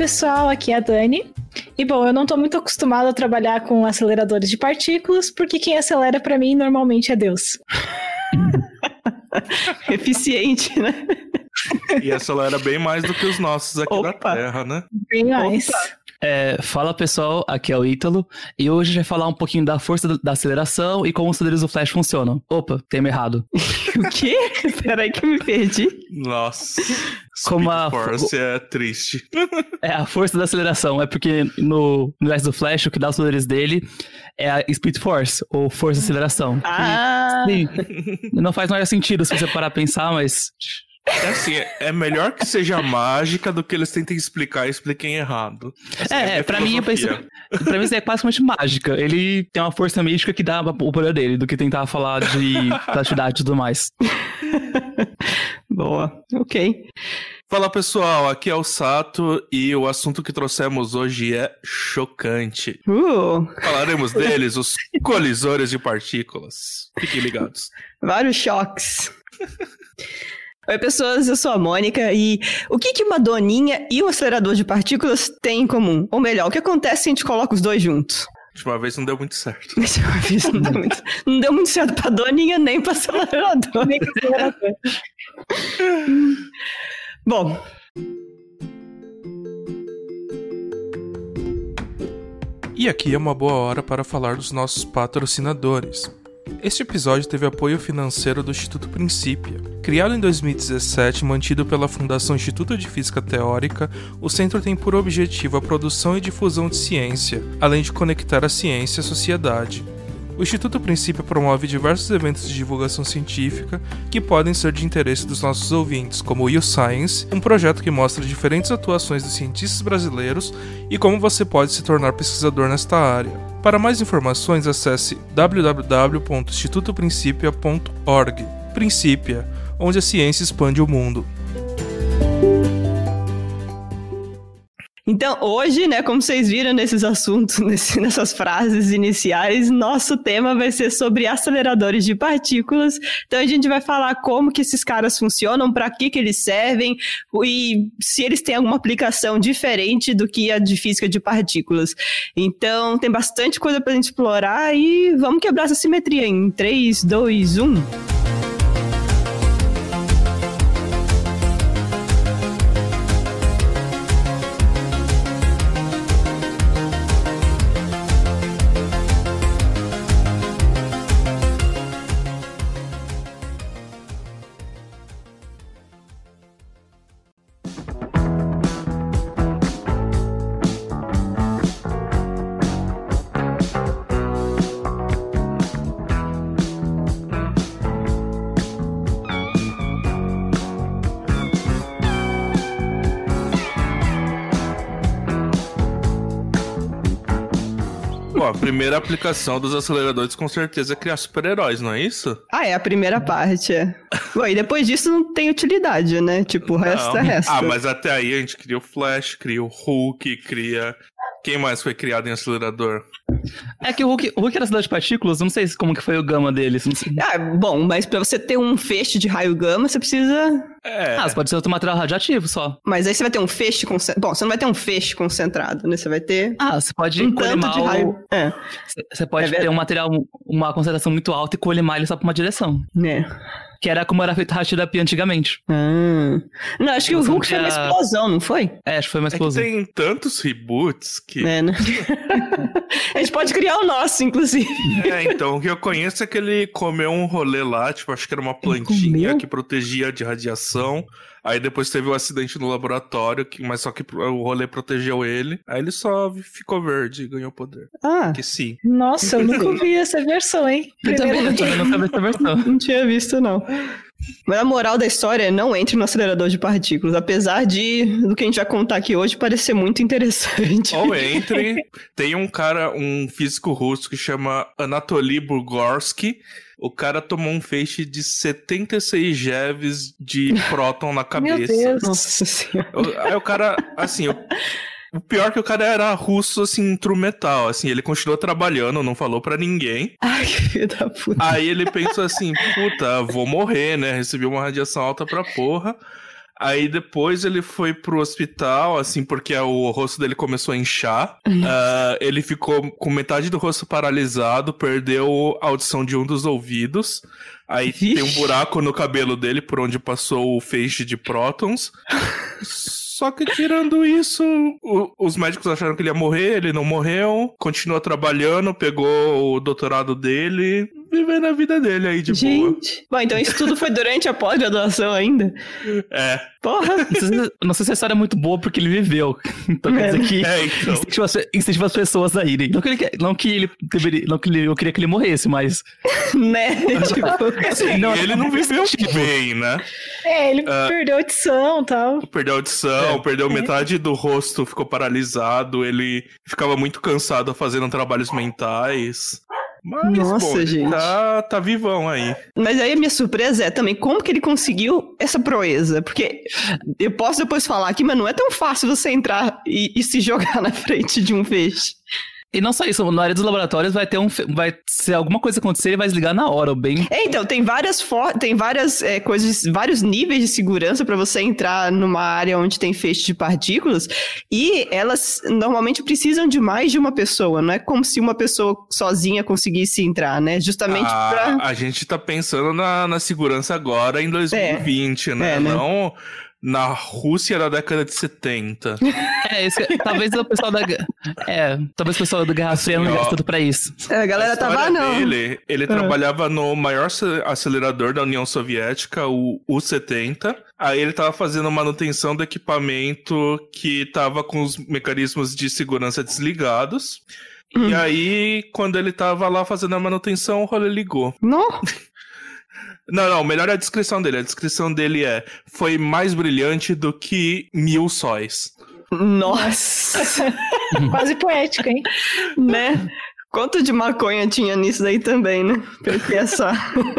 pessoal, aqui é a Dani. E bom, eu não tô muito acostumada a trabalhar com aceleradores de partículas, porque quem acelera pra mim normalmente é Deus. Eficiente, né? E acelera bem mais do que os nossos aqui da Terra, né? Bem mais. Fala pessoal, aqui é o Ítalo, e hoje a gente vai falar um pouquinho da força da aceleração e como os poderes do Flash funcionam. Opa, tema errado. O quê? Peraí que eu me perdi. Nossa, Como a Force é triste. A força da aceleração, é porque no universo do Flash o que dá os poderes dele é a Speed Force, ou força de aceleração. Sim, não faz mais sentido se você parar pra pensar, mas... É assim, é melhor que seja mágica do que eles tentem explicar e expliquem errado. Assim, pra mim isso é basicamente mágica. Ele tem uma força mística que dá o poder dele, do que tentar falar de plasticidade e tudo mais. Boa, ok. Fala pessoal, aqui é o Sato e o assunto que trouxemos hoje é chocante. Falaremos deles, os colisores de partículas. Fiquem ligados. Vários choques. Oi pessoas, eu sou a Mônica e o que uma doninha e o acelerador de partículas têm em comum? Ou melhor, o que acontece se a gente coloca os dois juntos? Última vez não deu muito certo. Última vez não deu muito certo pra doninha nem pra acelerador. Nem pra acelerador. Bom... E aqui é uma boa hora para falar dos nossos patrocinadores. Este episódio teve apoio financeiro do Instituto Princípia. Criado em 2017 e mantido pela Fundação Instituto de Física Teórica, o centro tem por objetivo a produção e difusão de ciência, além de conectar a ciência à sociedade. O Instituto Princípia promove diversos eventos de divulgação científica que podem ser de interesse dos nossos ouvintes, como o YouScience, um projeto que mostra diferentes atuações dos cientistas brasileiros e como você pode se tornar pesquisador nesta área. Para mais informações, acesse www.institutoprincipia.org. Princípia, onde a ciência expande o mundo. Então, hoje, né, como vocês viram nesses assuntos, nessas frases iniciais, nosso tema vai ser sobre aceleradores de partículas. Então, a gente vai falar como que esses caras funcionam, para que eles servem e se eles têm alguma aplicação diferente do que a de física de partículas. Então, tem bastante coisa pra gente explorar e vamos quebrar essa simetria em 3, 2, 1... Bom, a primeira aplicação dos aceleradores com certeza é criar super-heróis, não é isso? É a primeira parte, Bom, e depois disso não tem utilidade, né? Tipo, o resto é resto. Mas até aí a gente cria o Flash, cria o Hulk, cria... Quem mais foi criado em acelerador? É que o Hulk era cidade de partículas, não sei como que foi o gama deles. Não sei. Bom, mas pra você ter um feixe de raio gama, você precisa... você pode ser outro material radioativo só. Mas aí você vai ter um feixe concentrado. Bom, você não vai ter um feixe concentrado, né? Você vai ter... Você pode um tanto de raio. Você pode ter um material, uma concentração muito alta e colimar ele só pra uma direção. Que era como era feita a radioterapia antigamente. Não, acho que o Hulk foi uma explosão, não foi? Acho que foi uma explosão. É que tem tantos reboots que... Né? A gente pode criar o nosso, inclusive. Então, o que eu conheço é que ele comeu um rolê lá, tipo, acho que era uma plantinha que protegia de radiação. Aí depois teve um acidente no laboratório, mas só que o rolê protegeu ele. Aí ele só ficou verde e ganhou poder. Que sim. Nossa, eu nunca vi essa versão, hein? Eu também nunca vi essa versão. Não tinha visto, não. Mas a moral da história é não entre no acelerador de partículas, apesar do que a gente vai contar aqui hoje parecer muito interessante. Ou entre, tem um físico russo que chama Anatoly Bugorsky. O cara tomou um feixe de 76 GeVs de próton na cabeça. Meu Deus. Nossa senhora. Aí o cara, assim, o pior é que o cara era russo, assim, instrumental, assim, ele continuou trabalhando, não falou pra ninguém. Ai, que filho da puta. Aí ele pensou assim, puta, vou morrer, né, recebi uma radiação alta pra porra. Aí depois ele foi pro hospital, assim, porque o rosto dele começou a inchar. Ele ficou com metade do rosto paralisado, perdeu a audição de um dos ouvidos. Aí tem um buraco no cabelo dele por onde passou o feixe de prótons. Só que tirando isso, os médicos acharam que ele ia morrer, ele não morreu, continuou trabalhando, pegou o doutorado dele, vivendo a vida dele aí de boa. Bom, então isso tudo foi durante a pós-graduação ainda? Porra! Não sei se a história é muito boa porque ele viveu. Então quer dizer que então. incentiva as pessoas a irem. Não que eu queria que ele morresse, mas... né? Assim, ele não viveu bem, né? Ele perdeu a audição e tal. Perdeu a audição, perdeu metade do rosto, ficou paralisado, ele ficava muito cansado fazendo trabalhos mentais. Mas, nossa, gente. Tá vivão aí. Mas aí a minha surpresa é também como que ele conseguiu essa proeza. Porque eu posso depois falar aqui, mas não é tão fácil você entrar e se jogar na frente de um feixe. E não só isso, na área dos laboratórios vai se alguma coisa acontecer, ele vai desligar na hora, ou bem... Então, tem várias coisas, vários níveis de segurança para você entrar numa área onde tem feixe de partículas, e elas normalmente precisam de mais de uma pessoa, não é como se uma pessoa sozinha conseguisse entrar, né? Justamente pra... A gente tá pensando na segurança agora em 2020, né? Não... Na Rússia da década de 70. Talvez o pessoal talvez o pessoal do Guerra Fria não ligasse tudo pra isso. A galera tava não. Ele trabalhava no maior acelerador da União Soviética, o U-70. Aí ele tava fazendo manutenção do equipamento que tava com os mecanismos de segurança desligados. E aí, quando ele tava lá fazendo a manutenção, o rolê ligou. Não. Não, melhor é a descrição dele. A descrição dele foi mais brilhante do que 1000 sóis. Nossa! Quase poético, hein? Né? Quanto de maconha tinha nisso daí também, né? Pra ter essa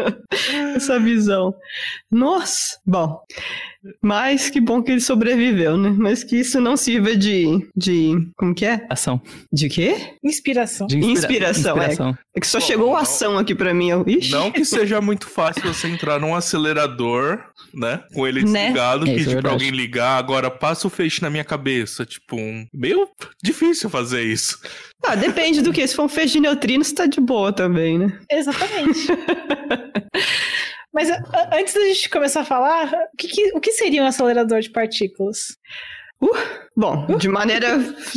visão. Nossa! Bom, mas que bom que ele sobreviveu, né? Mas que isso não sirva de como que é? Ação. De quê? Inspiração. Inspiração. É que só chegou a ação aqui pra mim. Não que seja muito fácil você entrar num acelerador, né? Com ele desligado, pedir pra alguém ligar, agora passa o feixe na minha cabeça. Tipo, meio difícil fazer isso. Depende do que. Se for um feixe de neutrinos, tá de boa também, né? Exatamente. Mas antes da gente começar a falar, o que seria um acelerador de partículas? Bom, de maneira...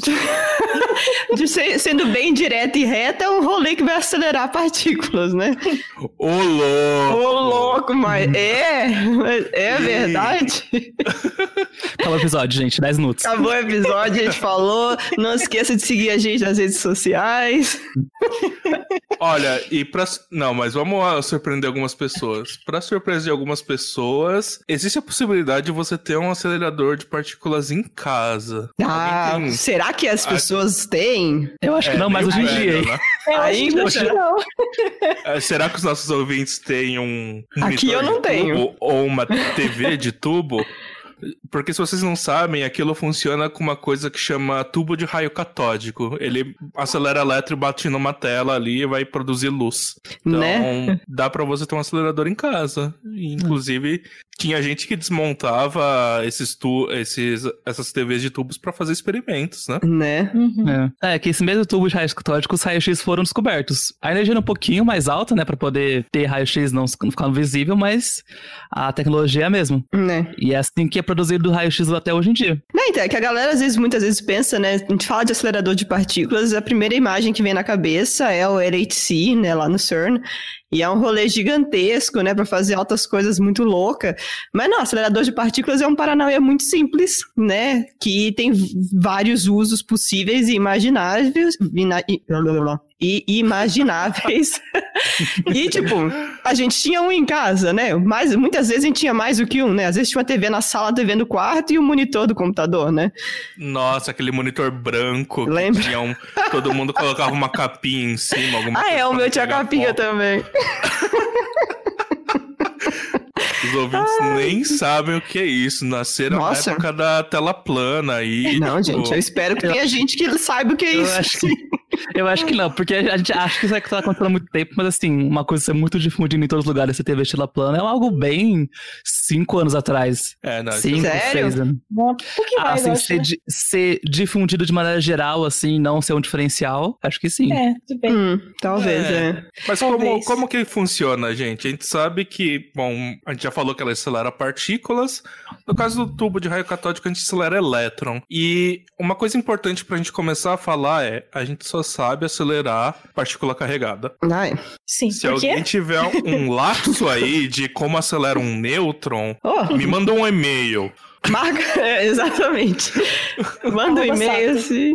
sendo bem direta e reta, é um rolê que vai acelerar partículas, né? Ô louco, mas é verdade. Acabou o episódio, gente, 10 minutos. Acabou o episódio, a gente falou. Não esqueça de seguir a gente nas redes sociais. Olha, não, mas vamos surpreender algumas pessoas. Pra surpresa de algumas pessoas, existe a possibilidade de você ter um acelerador de partículas em casa. Será que as pessoas têm? Eu acho que não, mas hoje em dia. Né? Ainda não. Será que os nossos ouvintes têm um aqui eu não tenho. Ou uma TV de tubo? Porque se vocês não sabem, aquilo funciona com uma coisa que chama tubo de raio catódico. Ele acelera elétron, bate numa tela ali e vai produzir luz. Então, dá pra você ter um acelerador em casa. Inclusive, tinha gente que desmontava essas TVs de tubos pra fazer experimentos, né? É que esse mesmo tubo de raios catódicos, os raios-x foram descobertos. A energia era um pouquinho mais alta, né, pra poder ter raio-x não ficar visível, mas a tecnologia é a mesma. E é assim que é produzido o raio-x até hoje em dia. Então, é que a galera muitas vezes pensa, né, a gente fala de acelerador de partículas, a primeira imagem que vem na cabeça é o LHC, né, lá no CERN, e é um rolê gigantesco, né, pra fazer altas coisas muito loucas. Mas não, acelerador de partículas é um paranauê muito simples, né, que tem vários usos possíveis e imagináveis. E, tipo, a gente tinha um em casa, né, mas muitas vezes a gente tinha mais do que um, né, às vezes tinha uma TV na sala, TV no quarto e um monitor do computador, né. Nossa, aquele monitor branco. Lembra? Todo mundo colocava uma capinha em cima. O meu tinha capinha também. Os ouvintes nem sabem o que é isso. Nasceram na época da tela plana aí. Não, gente, eu espero que tenha gente que saiba o que é isso. Eu acho que não, porque a gente acha que isso tá acontecendo há muito tempo, mas assim, uma coisa ser muito difundida em todos os lugares, você ter tela plana, é algo bem 5 anos atrás. 5, 6 anos. Um pouquinho mais, assim, ser difundido de maneira geral, assim, não ser um diferencial, acho que sim. Tudo bem. Talvez. Mas como que funciona, gente? A gente sabe que, bom, a gente já falou que ela acelera partículas. No caso do tubo de raio catódico, a gente acelera elétron. E uma coisa importante pra gente começar a falar a gente só sabe acelerar partícula carregada. Sim, se alguém tiver um lapso aí de como acelera um nêutron, me manda um e-mail. Marca, exatamente. Manda um e-mail assim.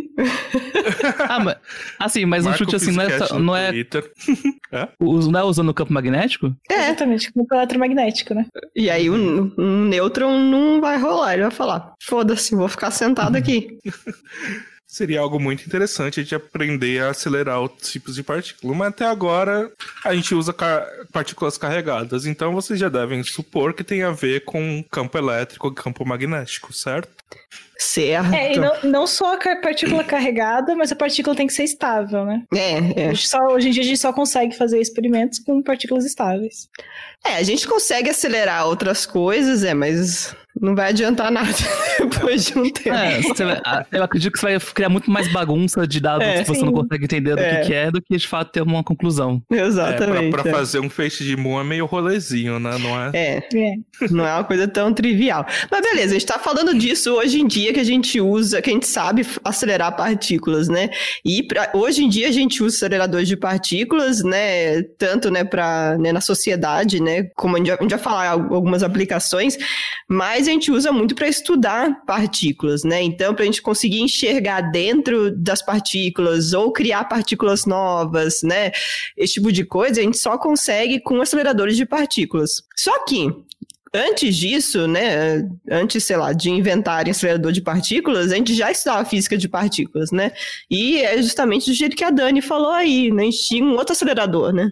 Mas um chute assim não é usando o campo magnético? Exatamente, campo eletromagnético, né? E aí um nêutron não vai rolar, ele vai falar, foda-se, vou ficar sentado aqui. Seria algo muito interessante a gente aprender a acelerar outros tipos de partículas. Mas até agora a gente usa partículas carregadas. Então vocês já devem supor que tem a ver com campo elétrico e campo magnético, certo? Certo. E não só a partícula carregada, mas a partícula tem que ser estável, né? Hoje em dia a gente só consegue fazer experimentos com partículas estáveis. A gente consegue acelerar outras coisas, mas não vai adiantar nada depois de um tempo. Eu acredito que você vai criar muito mais bagunça de dados que você não consegue entender do que é, do que de fato ter uma conclusão. Exatamente. Pra fazer um feixe de Moore é meio rolezinho, né? Não é? Não é uma coisa tão trivial. Mas beleza, a gente tá falando disso hoje em dia que a gente sabe acelerar partículas, né? E hoje em dia a gente usa aceleradores de partículas, né? Tanto, né, na sociedade, né? Como a gente vai falar algumas aplicações, mas a gente usa muito para estudar partículas, né? Então, para a gente conseguir enxergar dentro das partículas ou criar partículas novas, né? Esse tipo de coisa a gente só consegue com aceleradores de partículas. Só que antes disso, né, de inventarem acelerador de partículas, a gente já estudava física de partículas, né? E é justamente do jeito que a Dani falou aí, né? A gente tinha um outro acelerador, né?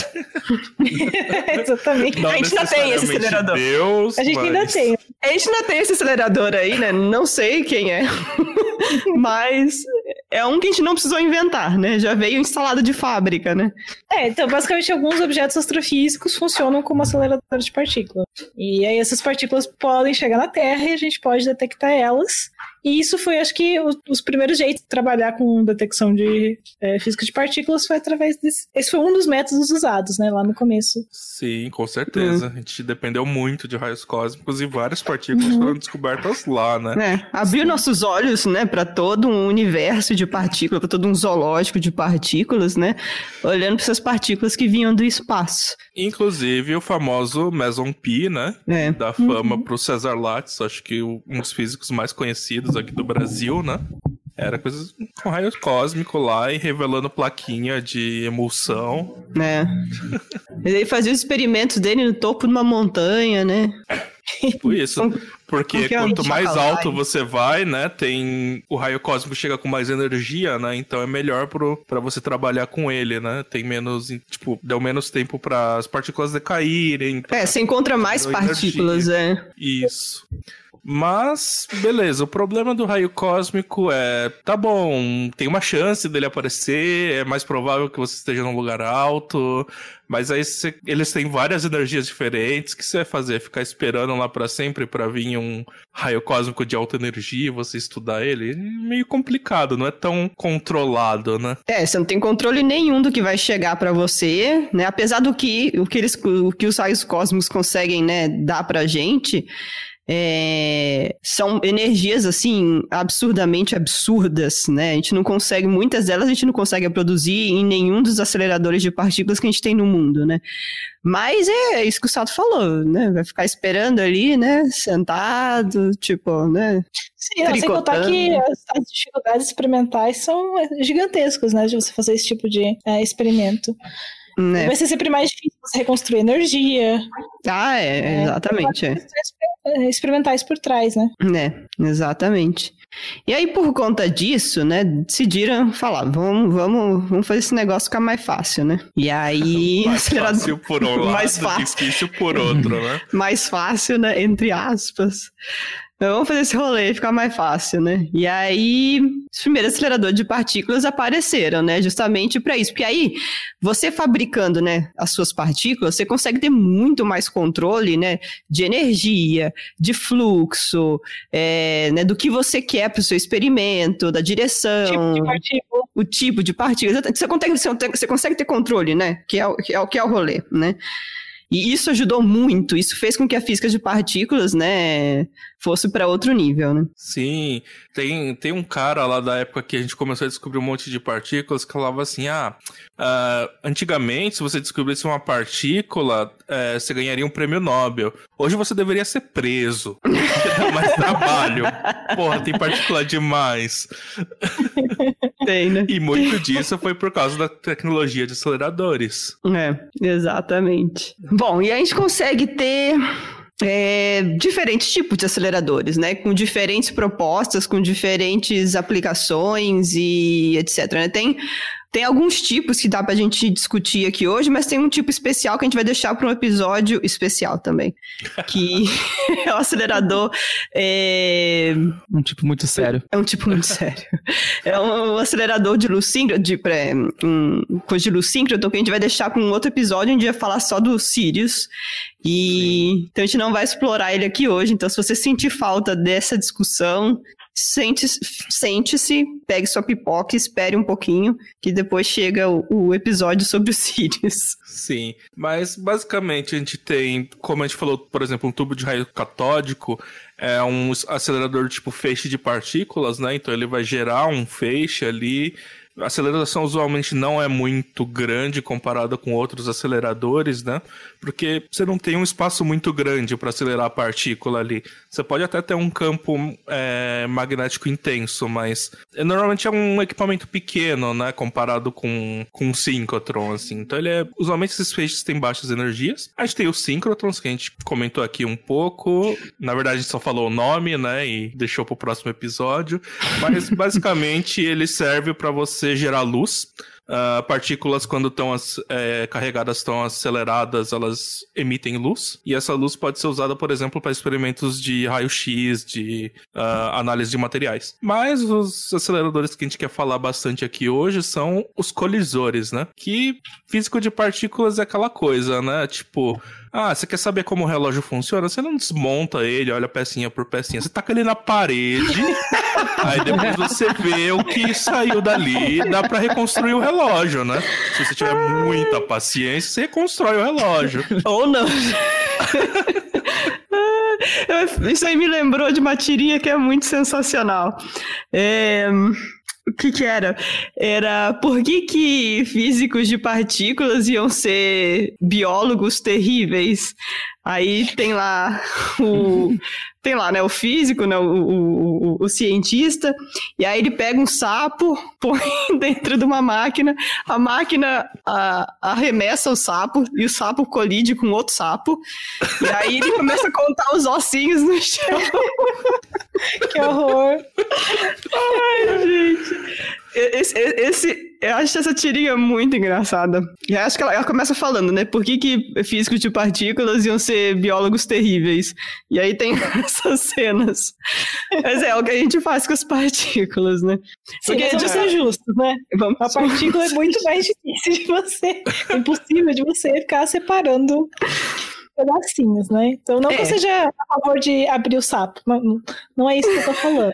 Exatamente. A gente ainda tem esse acelerador. A gente ainda tem esse acelerador aí, né? Não sei quem é. Mas é um que a gente não precisou inventar, né? Já veio instalado de fábrica, né? Então, basicamente, alguns objetos astrofísicos funcionam como aceleradores de partículas. E aí essas partículas podem chegar na Terra e a gente pode detectar elas. E isso foi, acho que, os primeiros jeitos de trabalhar com detecção de física de partículas foi através desse. Esse foi um dos métodos usados, né, lá no começo. Sim, com certeza. A gente dependeu muito de raios cósmicos e várias partículas foram descobertas lá, né? Abriu nossos olhos, né, para todo um universo de partículas, para todo um zoológico de partículas, né, olhando para essas partículas que vinham do espaço. Inclusive o famoso Meson Pi, né, dá fama pro César Lattes, acho que um dos físicos mais conhecidos aqui do Brasil, né? Era coisa com raio cósmico lá e revelando plaquinha de emulsão. Ele fazia os experimentos dele no topo de uma montanha, né? Tipo isso. Porque quanto mais alto você vai, né, o raio cósmico chega com mais energia, né, então é melhor pra você trabalhar com ele, né, tem menos, deu menos tempo para as partículas decaírem. Você encontra mais partículas, Isso. Mas, beleza, o problema do raio cósmico tá bom, tem uma chance dele aparecer, é mais provável que você esteja num lugar alto, mas aí eles têm várias energias diferentes, o que você vai fazer? Ficar esperando lá pra sempre pra vir um raio cósmico de alta energia e você estudar ele? Meio complicado, não é tão controlado, né? Você não tem controle nenhum do que vai chegar pra você, né? Apesar do que os raios cósmicos conseguem, né, dar pra gente... são energias, assim, absurdamente absurdas, né? A gente não consegue, muitas delas a gente não consegue produzir em nenhum dos aceleradores de partículas que a gente tem no mundo, né? Mas é isso que o Sato falou, né? Vai ficar esperando ali, né? Sentado, né? Sim, sem contar que as dificuldades experimentais são gigantescas, né? De você fazer esse tipo de experimento. Vai ser sempre mais difícil você reconstruir energia. Exatamente. Experimentais por trás, né? Exatamente. E aí, por conta disso, né, decidiram falar, vamos fazer esse negócio ficar mais fácil, né? E aí... mais fácil por um lado, mais fácil. Difícil por outro, né? Mais fácil, né, entre aspas. Então, vamos fazer esse rolê ficar mais fácil, né? E aí, os primeiros aceleradores de partículas apareceram, né? Justamente para isso. Porque aí, você fabricando, né, as suas partículas, você consegue ter muito mais controle, né? De energia, de fluxo, né, do que você quer para o seu experimento, da direção. O tipo de partícula. Você consegue ter controle, né? Que é o rolê, né? E isso ajudou muito, isso fez com que a física de partículas, né, fosse para outro nível, né? Sim, tem um cara lá da época que a gente começou a descobrir um monte de partículas que falava assim, antigamente se você descobrisse uma partícula, você ganharia um prêmio Nobel. Hoje você deveria ser preso, porque dá mais trabalho. Porra, tem partícula demais. Tem, né? E muito disso foi por causa da tecnologia de aceleradores. Exatamente. Bom, e a gente consegue ter diferentes tipos de aceleradores, né? Com diferentes propostas, com diferentes aplicações e etc, né? Tem alguns tipos que dá pra gente discutir aqui hoje, mas tem um tipo especial que a gente vai deixar para um episódio especial também. Que é o acelerador... Um tipo muito sério. É um tipo muito sério. É um acelerador de luz síncrona, coisa de luz síncrona, que a gente vai deixar para um outro episódio, onde a gente vai falar só do Sirius. Então a gente não vai explorar ele aqui hoje. Então, se você sentir falta dessa discussão... Sente-se, pegue sua pipoca e espere um pouquinho, que depois chega o episódio sobre os Sirius. Sim, mas basicamente a gente tem, como a gente falou, por exemplo, um tubo de raio catódico, é um acelerador tipo feixe de partículas, né? Então ele vai gerar um feixe ali. A aceleração usualmente não é muito grande comparada com outros aceleradores, né? Porque você não tem um espaço muito grande para acelerar a partícula ali. Você pode até ter um campo magnético intenso, mas normalmente é um equipamento pequeno, né? Comparado com um síncrotron, assim. Então usualmente esses feixes têm baixas energias. A gente tem os síncrotrons, que a gente comentou aqui um pouco. Na verdade, a gente só falou o nome, né? E deixou pro próximo episódio. Mas basicamente ele serve para você gerar luz. Partículas, quando estão carregadas, estão aceleradas, elas emitem luz. E essa luz pode ser usada, por exemplo, para experimentos de raio-x, de análise de materiais. Mas os aceleradores que a gente quer falar bastante aqui hoje são os colisores, né? Que físico de partículas é aquela coisa, né? Tipo... você quer saber como o relógio funciona? Você não desmonta ele, olha pecinha por pecinha. Você taca ele na parede, aí depois você vê o que saiu dali, dá pra reconstruir o relógio, né? Se você tiver muita paciência, você reconstrói o relógio. Ou não. Isso aí me lembrou de uma tirinha que é muito sensacional. O que era? Era por que físicos de partículas iam ser biólogos terríveis? Aí tem lá né, o físico, né, o cientista, e aí ele pega um sapo, põe dentro de uma máquina, a máquina arremessa o sapo, e o sapo colide com outro sapo, e aí ele começa a contar os ossinhos no chão. Que horror! Ai, gente... Eu acho essa tirinha muito engraçada. E acho que ela começa falando, né? Por que físicos de partículas iam ser biólogos terríveis? E aí tem essas cenas. Mas é o que a gente faz com as partículas, né? Porque vamos ser justos, né? A partícula é muito mais difícil de você... É impossível de você ficar separando... pedacinhos, né? Então não que eu seja a favor de abrir o sapo, não é isso que eu tô falando.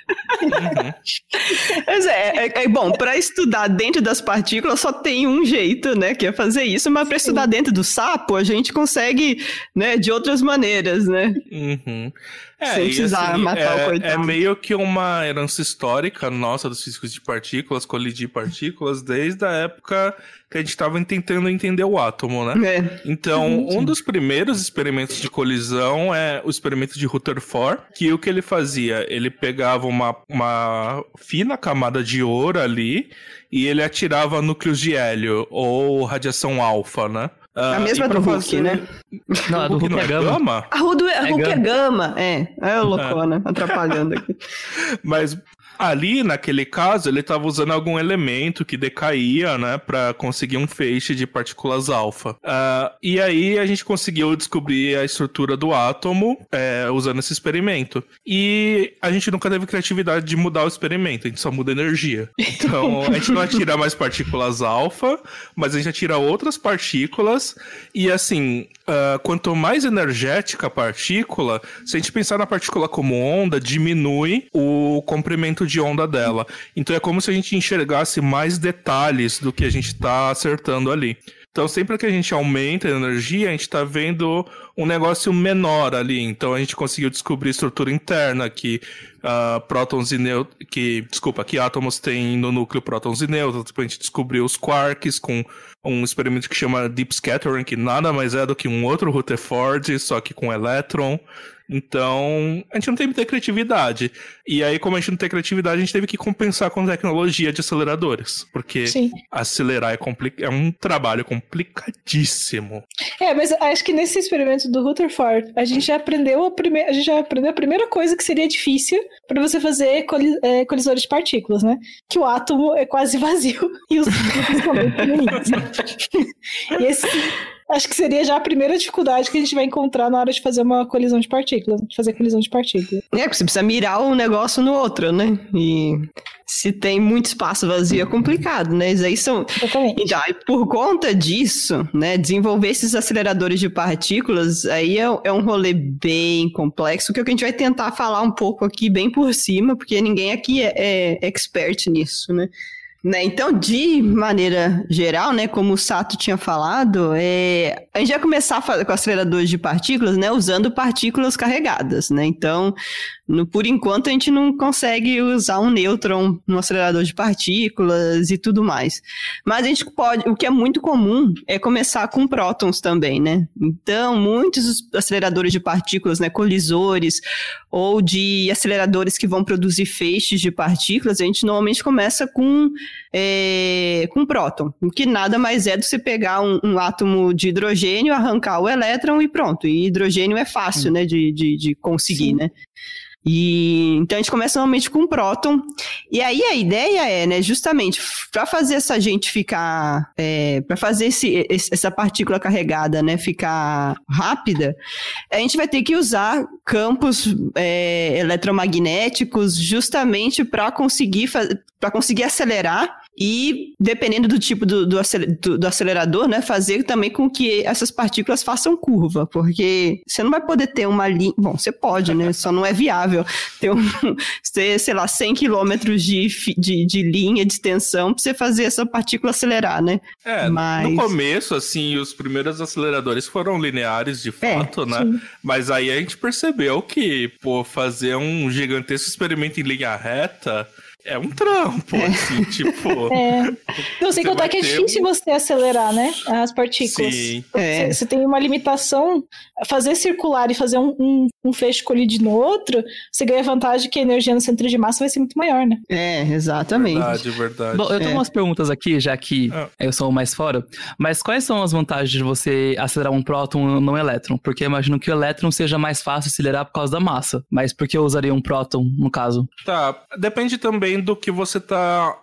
Mas bom, para estudar dentro das partículas só tem um jeito, né, que é fazer isso, mas para estudar dentro do sapo a gente consegue, né, de outras maneiras, né? Sem precisar matar o coitado. É meio que uma herança histórica nossa dos físicos de partículas, colidir partículas, desde a época que a gente estava tentando entender o átomo, né? Então, um dos primeiros experimentos de colisão é o experimento de Rutherford, que o que ele fazia? Ele pegava uma fina camada de ouro ali e ele atirava núcleos de hélio, ou radiação alfa, né? A mesma do Hulk, né? Não, a do Hulk é Gama. A Hulk é Gama, é loucona, atrapalhando aqui. Mas ali, naquele caso, ele estava usando algum elemento que decaía, né, para conseguir um feixe de partículas alfa. E aí a gente conseguiu descobrir a estrutura do átomo usando esse experimento. E a gente nunca teve criatividade de mudar o experimento, a gente só muda energia. Então, a gente não atira mais partículas alfa, mas a gente atira outras partículas. E assim, quanto mais energética a partícula, se a gente pensar na partícula como onda, diminui o comprimento de onda dela. Então é como se a gente enxergasse mais detalhes do que a gente está acertando ali. Então sempre que a gente aumenta a energia, a gente está vendo um negócio menor ali. Então a gente conseguiu descobrir estrutura interna, que prótons e nêutrons, que átomos têm no núcleo prótons e nêutrons. Depois a gente descobriu os quarks com um experimento que chama Deep Scattering, que nada mais é do que um outro Rutherford, só que com elétron. Então, a gente não tem muita criatividade. E aí, como a gente não tem criatividade, a gente teve que compensar com tecnologia de aceleradores. Porque acelerar é um trabalho complicadíssimo. Mas acho que nesse experimento do Rutherford, a gente já aprendeu a primeira coisa que seria difícil para você fazer colisores de partículas, né? Que o átomo é quase vazio e os núcleos são bem pequenininhos. E esse... Acho que seria já a primeira dificuldade que a gente vai encontrar na hora de fazer uma colisão de partículas. Porque você precisa mirar um negócio no outro, né? E se tem muito espaço vazio é complicado, né? Isso aí são... Então, e por conta disso, né, desenvolver esses aceleradores de partículas aí é um rolê bem complexo, que é o que a gente vai tentar falar um pouco aqui bem por cima, porque ninguém aqui é expert nisso, né? Então, de maneira geral, né, como o Sato tinha falado, a gente vai começar com aceleradores de partículas, né, usando partículas carregadas, né? Então, por enquanto, a gente não consegue usar um nêutron no acelerador de partículas e tudo mais. Mas a gente pode, o que é muito comum é começar com prótons também, né? Então, muitos aceleradores de partículas, né, colisores, ou de aceleradores que vão produzir feixes de partículas, a gente normalmente começa com próton, o que nada mais é do que você pegar um átomo de hidrogênio, arrancar o elétron e pronto. E hidrogênio é fácil, né, de conseguir, Sim. né? Então a gente começa normalmente com próton, e aí a ideia né, justamente para fazer essa gente ficar, para fazer essa partícula carregada, né, ficar rápida, a gente vai ter que usar campos eletromagnéticos justamente para conseguir acelerar. E, dependendo do tipo do acelerador, né, fazer também com que essas partículas façam curva, porque você não vai poder ter uma linha... Bom, você pode, né, só não é viável ter, sei lá, 100 quilômetros de linha de extensão para você fazer essa partícula acelerar, né? Mas... No começo, assim, os primeiros aceleradores foram lineares, de fato, né? Sim. Mas aí a gente percebeu que, fazer um gigantesco experimento em linha reta... É um trampo, assim, tipo... Não sei contar que é difícil você acelerar, né, as partículas. Sim. Você tem uma limitação, fazer circular e fazer um feixe colidir no outro, você ganha vantagem que a energia no centro de massa vai ser muito maior, né? Exatamente. Verdade. Bom, eu tenho umas perguntas aqui, já que eu sou o mais fora, mas quais são as vantagens de você acelerar um próton num elétron? Porque eu imagino que o elétron seja mais fácil acelerar por causa da massa, mas por que eu usaria um próton, no caso? Tá, depende também do que você tá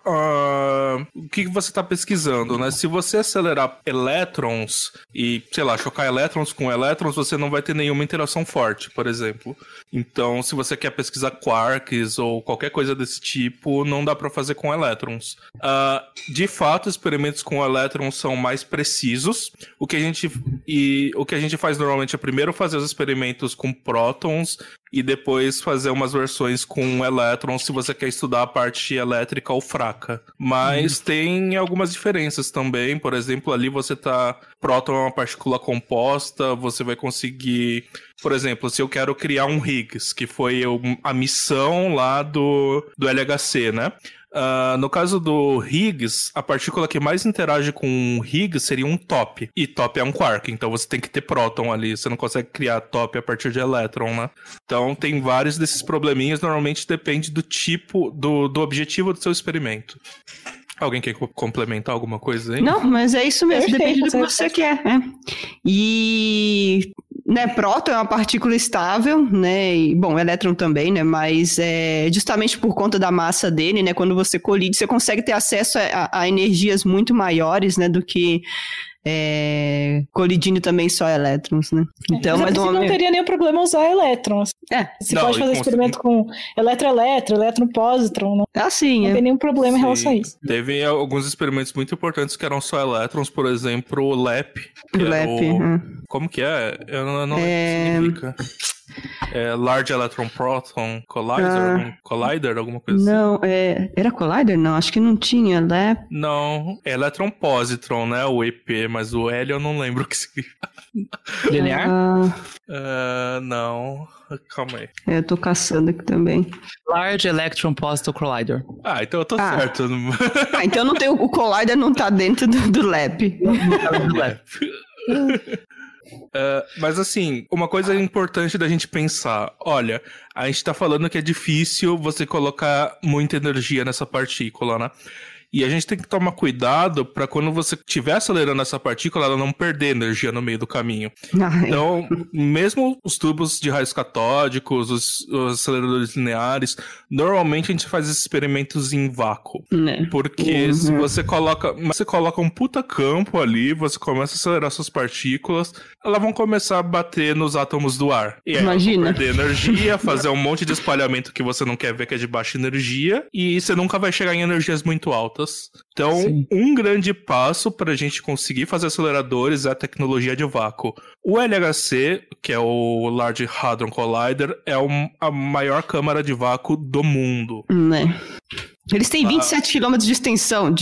o que você tá pesquisando, né? Se você acelerar elétrons e, sei lá, chocar elétrons com elétrons, você não vai ter nenhuma interação forte, por exemplo. Então, se você quer pesquisar quarks ou qualquer coisa desse tipo, não dá pra fazer com elétrons. De fato, experimentos com elétrons são mais precisos. O que a gente faz normalmente é primeiro fazer os experimentos com prótons e depois fazer umas versões com elétrons se você quer estudar a parte elétrica ou fraca. Mas tem algumas diferenças também. Por exemplo, ali próton é uma partícula composta, você vai conseguir... Por exemplo, se eu quero criar um Higgs, que foi a missão lá do LHC, né? No caso do Higgs, a partícula que mais interage com o Higgs seria um top. E top é um quark, então você tem que ter próton ali. Você não consegue criar top a partir de elétron, né? Então tem vários desses probleminhas. Normalmente depende do tipo, do objetivo do seu experimento. Alguém quer complementar alguma coisa aí? Não, mas é isso mesmo, Perfeito, depende do que você quer. E, né, próton é uma partícula estável, né, e, bom, elétron também, né, mas justamente por conta da massa dele, né, quando você colide, você consegue ter acesso a energias muito maiores, né, do que colidindo também só elétrons, né. Então, mas não teria nenhum problema usar elétrons. Você pode fazer experimento com elétron-positron, não tem nenhum problema em relação a isso. Teve alguns experimentos muito importantes que eram só elétrons, por exemplo, o LEP. Como que é? Eu não lembro o que significa. Large Electron Proton Collider, alguma coisa assim? Não, era Collider? Não, acho que não tinha, LEP. Não, é Electron Positron, né, o EP, mas o L eu não lembro o que significa. Linear? Não, calma aí. Eu tô caçando aqui também. Large Electron Positron Collider. Então eu tô certo. Então não tem, o Collider não tá dentro do LEP. Não tá dentro do LEP. Mas assim, uma coisa importante da gente pensar, olha, a gente tá falando que é difícil você colocar muita energia nessa partícula, né? E a gente tem que tomar cuidado para quando você estiver acelerando essa partícula, ela não perder energia no meio do caminho. Então, mesmo os tubos de raios catódicos, os aceleradores lineares, normalmente a gente faz esses experimentos em vácuo. Porque se você coloca um puta campo ali, você começa a acelerar suas partículas, elas vão começar a bater nos átomos do ar. E aí Imagina. Perder energia, fazer um monte de espalhamento que você não quer ver, que é de baixa energia, e você nunca vai chegar em energias muito altas. Então, um grande passo para a gente conseguir fazer aceleradores é a tecnologia de vácuo. O LHC, que é o Large Hadron Collider, é a maior câmara de vácuo do mundo. Eles têm 27 km de extensão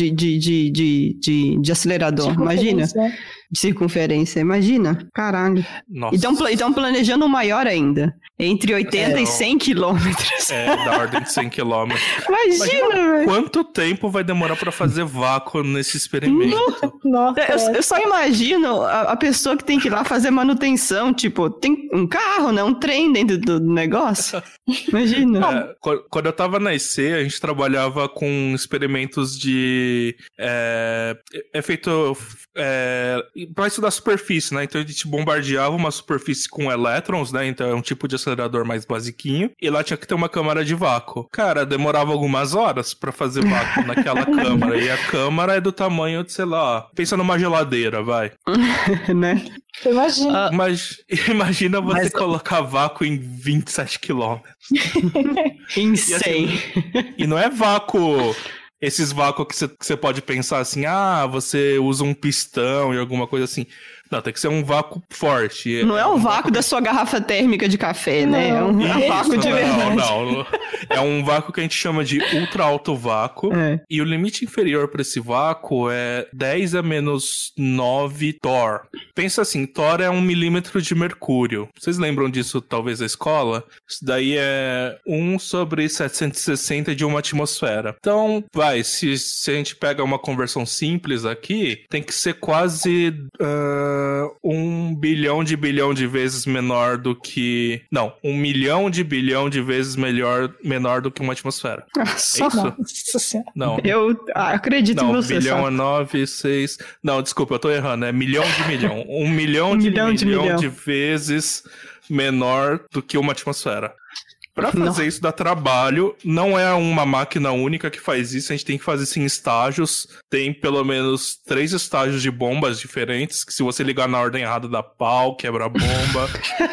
de acelerador, imagina. De circunferência, imagina. Caralho. Nossa. Então planejando um maior ainda. Entre 80 e 100 quilômetros. Da ordem de 100 quilômetros. Imagina, velho. Quanto tempo vai demorar pra fazer vácuo nesse experimento? Nossa, eu só imagino a pessoa que tem que ir lá fazer manutenção. Tipo, tem um carro, né? Um trem dentro do negócio. Imagina. Quando eu tava na EC, a gente trabalhava com experimentos de efeito pra estudar a superfície, né? Então a gente bombardeava uma superfície com elétrons, né? Então é um tipo de acelerador mais basiquinho. E lá tinha que ter uma câmara de vácuo. Cara, demorava algumas horas pra fazer vácuo naquela câmara. E a câmara é do tamanho de, sei lá, pensa numa geladeira, vai. Né? Imagina. Imagina você colocar vácuo em 27 quilômetros. Insane. E não é vácuo... Esses vácuos que você pode pensar assim, você usa um pistão e alguma coisa assim. Não, tem que ser um vácuo forte. Não é um vácuo da sua garrafa térmica de café, né? É um vácuo de verdade. Não. É um vácuo que a gente chama de ultra alto vácuo. E o limite inferior para esse vácuo é 10 a menos 9 Thor. Pensa assim, Thor é 1 milímetro de mercúrio. Vocês lembram disso, talvez, da escola? Isso daí é 1 sobre 760 de uma atmosfera. Então, se a gente pega uma conversão simples aqui, tem que ser quase... 1 bilhão de vezes menor do que... Não, 1 milhão de bilhão de vezes menor do que uma atmosfera. Nossa, é isso? Nossa Senhora. Não. Eu acredito em você. Não, bilhão é 9, 6... Não, desculpa, eu tô errando. É milhão de milhão. 1 milhão de vezes menor do que uma atmosfera. Pra fazer isso dá trabalho, não é uma máquina única que faz isso, a gente tem que fazer isso em estágios, tem pelo menos 3 estágios de bombas diferentes, que se você ligar na ordem errada dá pau, quebra a bomba.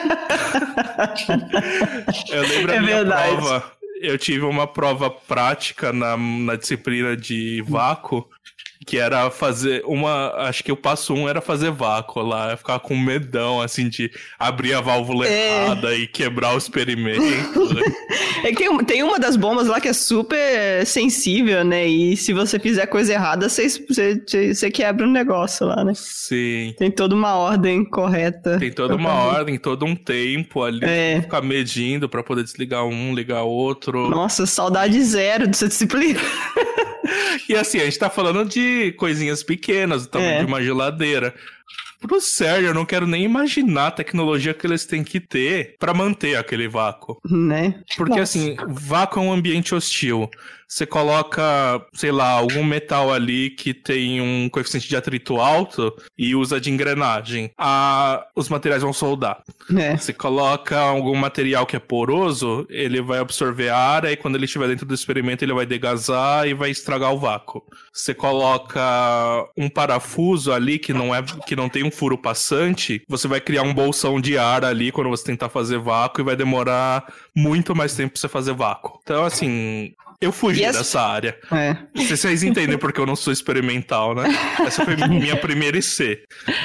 Eu lembro a minha prova, eu tive uma prova prática na disciplina de vácuo, que era fazer acho que o passo 1 era fazer vácuo lá, eu ficava com medão, assim, de abrir a válvula errada e quebrar o experimento. É que tem uma das bombas lá que é super sensível, né, e se você fizer coisa errada, você quebra o negócio lá, né? Sim. Tem toda uma ordem correta. Tem toda uma ordem, todo um tempo ali, ficar medindo pra poder desligar um, ligar outro. Nossa, saudade zero dessa disciplina. E assim, a gente tá falando de coisinhas pequenas, do tamanho de uma geladeira. Pro sério, eu não quero nem imaginar a tecnologia que eles têm que ter pra manter aquele vácuo. Né? Porque, assim, vácuo é um ambiente hostil. Você coloca, sei lá, algum metal ali que tem um coeficiente de atrito alto e usa de engrenagem. Os materiais vão soldar. Você coloca algum material que é poroso, ele vai absorver ar, e quando ele estiver dentro do experimento, ele vai degasar e vai estragar o vácuo. Você coloca um parafuso ali que não tem um furo passante, você vai criar um bolsão de ar ali quando você tentar fazer vácuo e vai demorar muito mais tempo pra você fazer vácuo. Então, assim... Eu fugi dessa área. Vocês entendem porque eu não sou experimental, né? Essa foi minha primeira IC.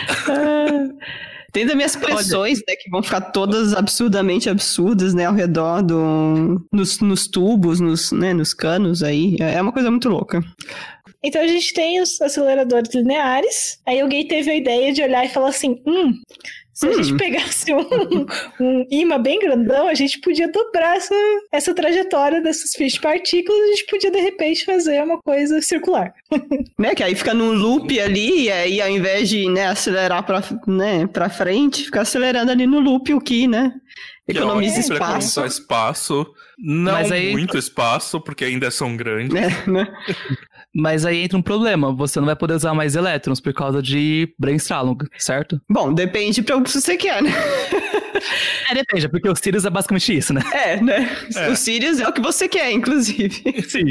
Tem também as pressões, né, que vão ficar todas absurdamente absurdas, né, ao redor nos tubos, nos canos aí. É uma coisa muito louca. Então a gente tem os aceleradores lineares. Aí alguém teve a ideia de olhar e falar assim, se a gente pegasse um imã bem grandão, a gente podia dobrar essa trajetória dessas fios de partículas e a gente podia, de repente, fazer uma coisa circular. Né, que aí fica num loop ali, e aí ao invés de, né, acelerar pra frente, fica acelerando ali no loop, o que, né, economiza espaço. Espaço. Não muito espaço, porque ainda são grandes. Né? Mas aí entra um problema, você não vai poder usar mais elétrons por causa de Brainstorm, certo? Bom, depende pra o que você quer, né? Depende, porque o Sirius é basicamente isso, né? O Sirius é o que você quer, inclusive. Sim.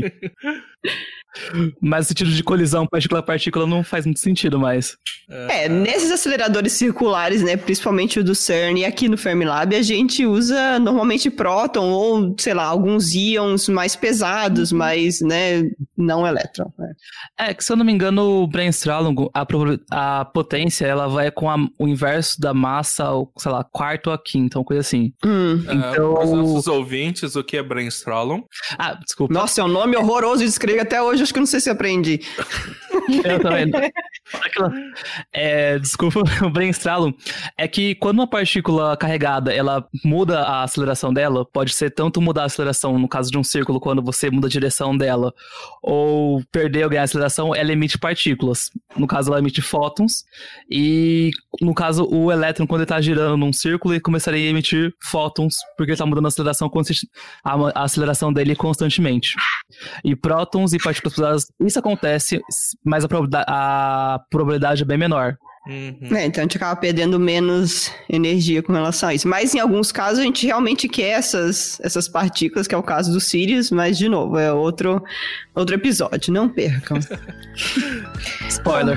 Mas o sentido de colisão partícula-partícula não faz muito sentido mais. Nesses aceleradores circulares, né, principalmente o do CERN e aqui no Fermilab, a gente usa normalmente próton ou, sei lá, alguns íons mais pesados, mas, né, não elétron. Que se eu não me engano, o Brainstorm, a potência, ela vai com o inverso da massa, sei lá, quarto a quinta, uma coisa assim. Então... Para os nossos ouvintes, o que é Brainstorm? Desculpa. Nossa, é um nome horroroso de escrever até hoje, acho que eu não sei se eu aprendi. Eu também. Desculpa, o Brainstorm é que quando uma partícula carregada, ela muda a aceleração dela, pode ser tanto mudar a aceleração, no caso de um círculo, quando você muda a direção dela, ou perder ou ganhar aceleração, ela emite partículas. No caso, ela emite fótons, e no caso, o elétron, quando ele está girando num círculo, ele começaria a emitir fótons, porque ele está mudando a aceleração dele constantemente. E prótons e partículas pesadas, isso acontece, mas a probabilidade é bem menor. Então a gente acaba perdendo menos energia com relação a isso. Mas em alguns casos a gente realmente quer essas partículas, que é o caso do Sirius, mas de novo, é outro episódio, não percam. Spoiler.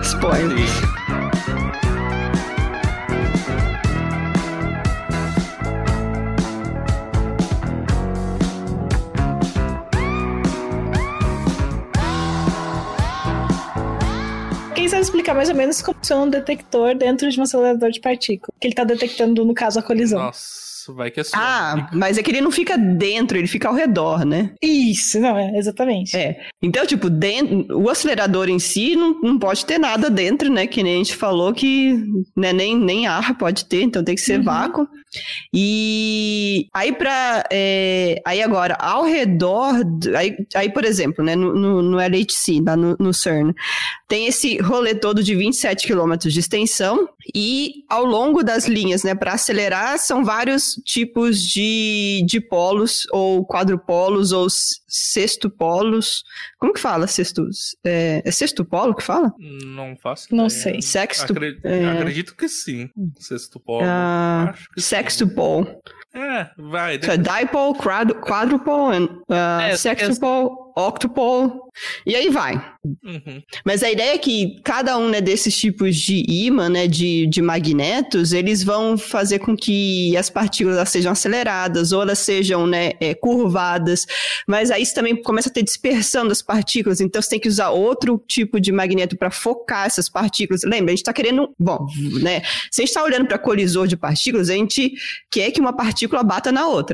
Quem sabe explicar mais ou menos como funciona um detector dentro de um acelerador de partículas? Que ele está detectando, no caso, a colisão. Nossa, vai que é só. Mas é que ele não fica dentro, ele fica ao redor, né? Isso, exatamente. Então, tipo, o acelerador em si não pode ter nada dentro, né? Que nem a gente falou que, né, nem ar pode ter, então tem que ser vácuo. E aí agora, ao redor, aí por exemplo, né, no LHC, no CERN, tem esse rolê todo de 27 km de extensão e ao longo das linhas, né, para acelerar, são vários tipos de polos, ou quadrupolos, ou sextupolos. Como que fala sextus? É sexto polo que fala? Não faço ideia. Não sei. Sexto. Acredito que sim. Sexto polo. Sextupole. Vai. Dipole, quadrupole, sextupole, octupole, e aí vai. Mas a ideia é que cada um, né, desses tipos de ímã, né, de magnetos, eles vão fazer com que as partículas elas sejam aceleradas ou elas sejam, né, curvadas, mas aí você também começa a ter dispersão das partículas, então você tem que usar outro tipo de magneto para focar essas partículas. Lembra, a gente está querendo, né, se a gente está olhando para colisor de partículas, a gente quer que uma partícula bata na outra, né?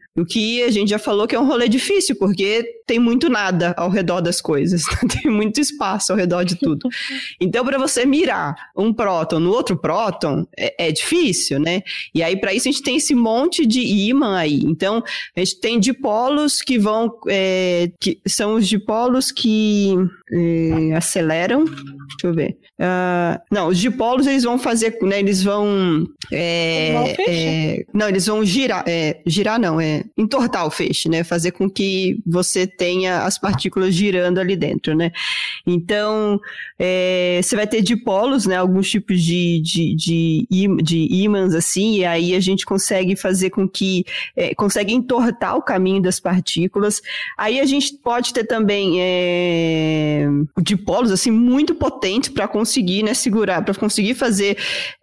O que a gente já falou que é um rolê difícil, porque tem muito nada ao redor das coisas, tem muito espaço ao redor de tudo. Então, para você mirar um próton no outro próton, é difícil, né? E aí, para isso, a gente tem esse monte de ímã aí. Então, a gente tem dipolos que vão... que são os dipolos que aceleram. Deixa eu ver. Não, os dipolos, eles vão fazer... Né, eles vão... não, eles vão girar... entortar o feixe, né? Fazer com que você tenha as partículas girando ali dentro, né? Então, você vai ter dipolos, né? Alguns tipos de ímãs, assim, e aí a gente consegue fazer com que... consegue entortar o caminho das partículas. Aí a gente pode ter também dipolos, assim, muito potentes para conseguir, né, segurar, para conseguir fazer